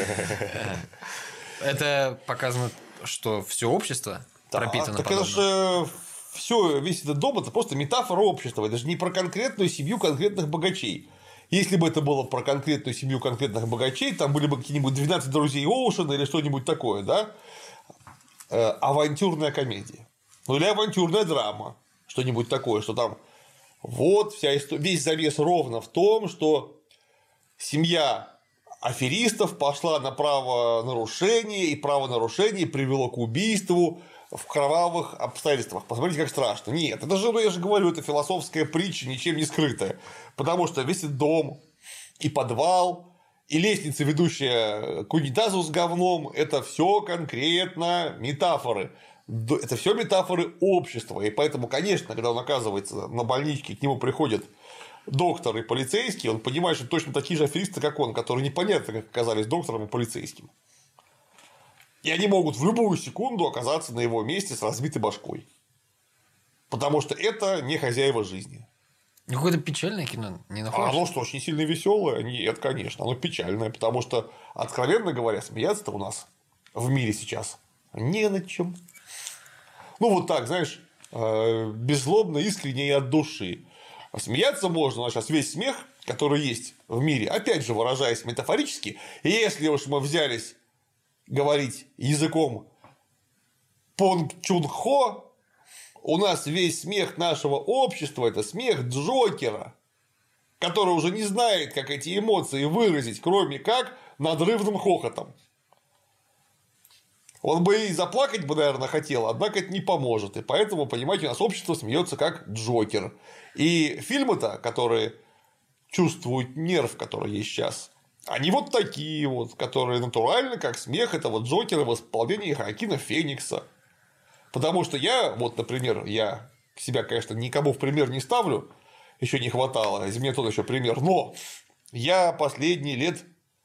Это показано, что все общество пропитано Так это подобным. же все, весь этот дом, это просто метафора общества. Это же не про конкретную семью конкретных богачей. Если бы это было про конкретную семью конкретных богачей, там были бы какие-нибудь 12 друзей Оушена или что-нибудь такое, да? Авантюрная комедия. Ну, или авантюрная драма. Что-нибудь такое, что там вот весь завес ровно в том, что семья аферистов пошла на правонарушение, и правонарушение привело к убийству в кровавых обстоятельствах. Посмотрите, как страшно. Нет, это же, я же говорю, это философская притча, ничем не скрытая. Потому что весь этот дом и подвал, и лестница, ведущая к унитазу с говном, это все конкретно метафоры. Это все метафоры общества. И поэтому, конечно, когда он оказывается на больничке, к нему приходит доктор и полицейский, он понимает, что точно такие же аферисты, как он, которые непонятно как оказались доктором и полицейским. И они могут в любую секунду оказаться на его месте с разбитой башкой. Потому что это не хозяева жизни. Какое-то печальное кино, не находишь? Оно что, очень сильно веселое? Нет, конечно, оно печальное. Потому что, откровенно говоря, смеяться-то у нас в мире сейчас не над чем. Ну, вот так, знаешь, беззлобно, искренне и от души. А смеяться можно, сейчас весь смех, который есть в мире, опять же, выражаясь метафорически, если уж мы взялись говорить языком Понг Чун Хо, у нас весь смех нашего общества – это смех Джокера, который уже не знает, как эти эмоции выразить, кроме как надрывным хохотом. Он бы и заплакать бы, наверное, хотел, однако это не поможет. И поэтому, понимаете, у нас общество смеется как Джокер. И фильмы-то, которые чувствуют нерв, который есть сейчас, они вот такие вот, которые натурально, как смех этого Джокера в исполнении Хоакина Феникса. Потому что я, вот, например, я себя, конечно, никому в пример не ставлю, еще не хватало, из меня тот еще пример, но я последние лет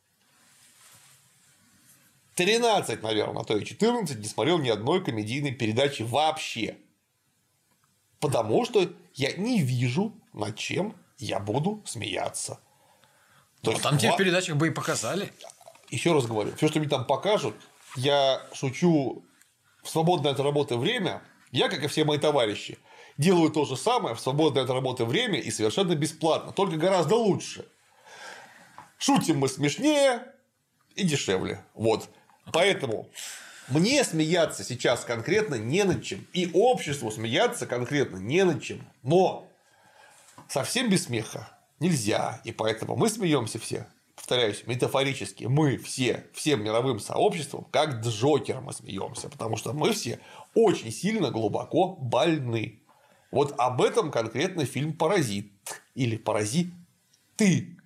13, наверное, а то и 14 не смотрел ни одной комедийной передачи вообще. Потому что я не вижу, над чем я буду смеяться. То есть, там тебе в передачах бы и показали. Еще раз говорю, все, что мне там покажут, я шучу в свободное от работы время, я, как и все мои товарищи, делаю то же самое в свободное от работы время и совершенно бесплатно, только гораздо лучше. Шутим мы смешнее и дешевле. Вот. Поэтому мне смеяться сейчас конкретно не над чем. И обществу смеяться конкретно не над чем. Но совсем без смеха нельзя. И поэтому мы смеемся все. Повторяюсь, метафорически. Мы все, всем мировым сообществом, как Джокер мы смеемся. Потому что мы все очень сильно глубоко больны. Вот об этом конкретно фильм «Паразит». Или «Паразиты».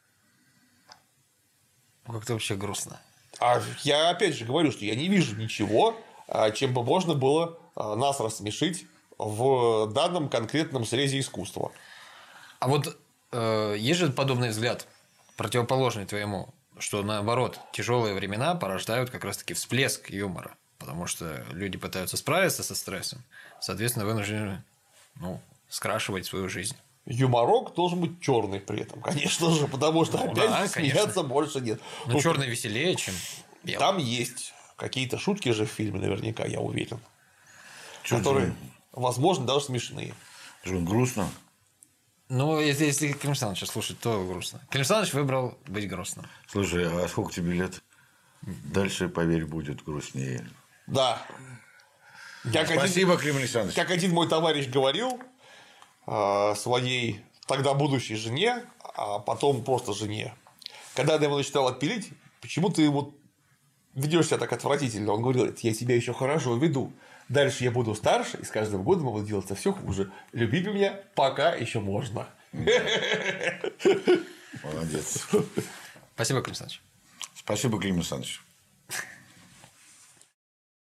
Как-то вообще грустно. А я опять же говорю, что я не вижу ничего, чем бы можно было нас рассмешить в данном конкретном срезе искусства. А вот есть же подобный взгляд, противоположный твоему, что наоборот, тяжелые времена порождают как раз-таки всплеск юмора. Потому что люди пытаются справиться со стрессом, соответственно, вынуждены скрашивать свою жизнь. Юморок должен быть черный при этом, конечно же, потому что опять же смеяться конечно. Больше нет. Но черный веселее, чем белый. Там есть какие-то шутки же в фильме, наверняка, я уверен, которые, возможно, даже смешные. Грустно. Ну, если Клим Саныч слушать, то грустно. Клим Саныч выбрал быть грустным. Слушай, а сколько тебе лет? Дальше, поверь, будет грустнее. Да. Спасибо, Клим Александрович. Как один мой товарищ говорил своей тогда будущей жене, а потом просто жене, когда она его начинала пилить, почему ты вот ведешь себя так отвратительно? Он говорил: я себя еще хорошо веду. Дальше я буду старше, и с каждым годом я буду делаться все хуже. Люби меня, пока еще можно. Молодец. Спасибо, Клим Саныч. Спасибо, Клим Александрович.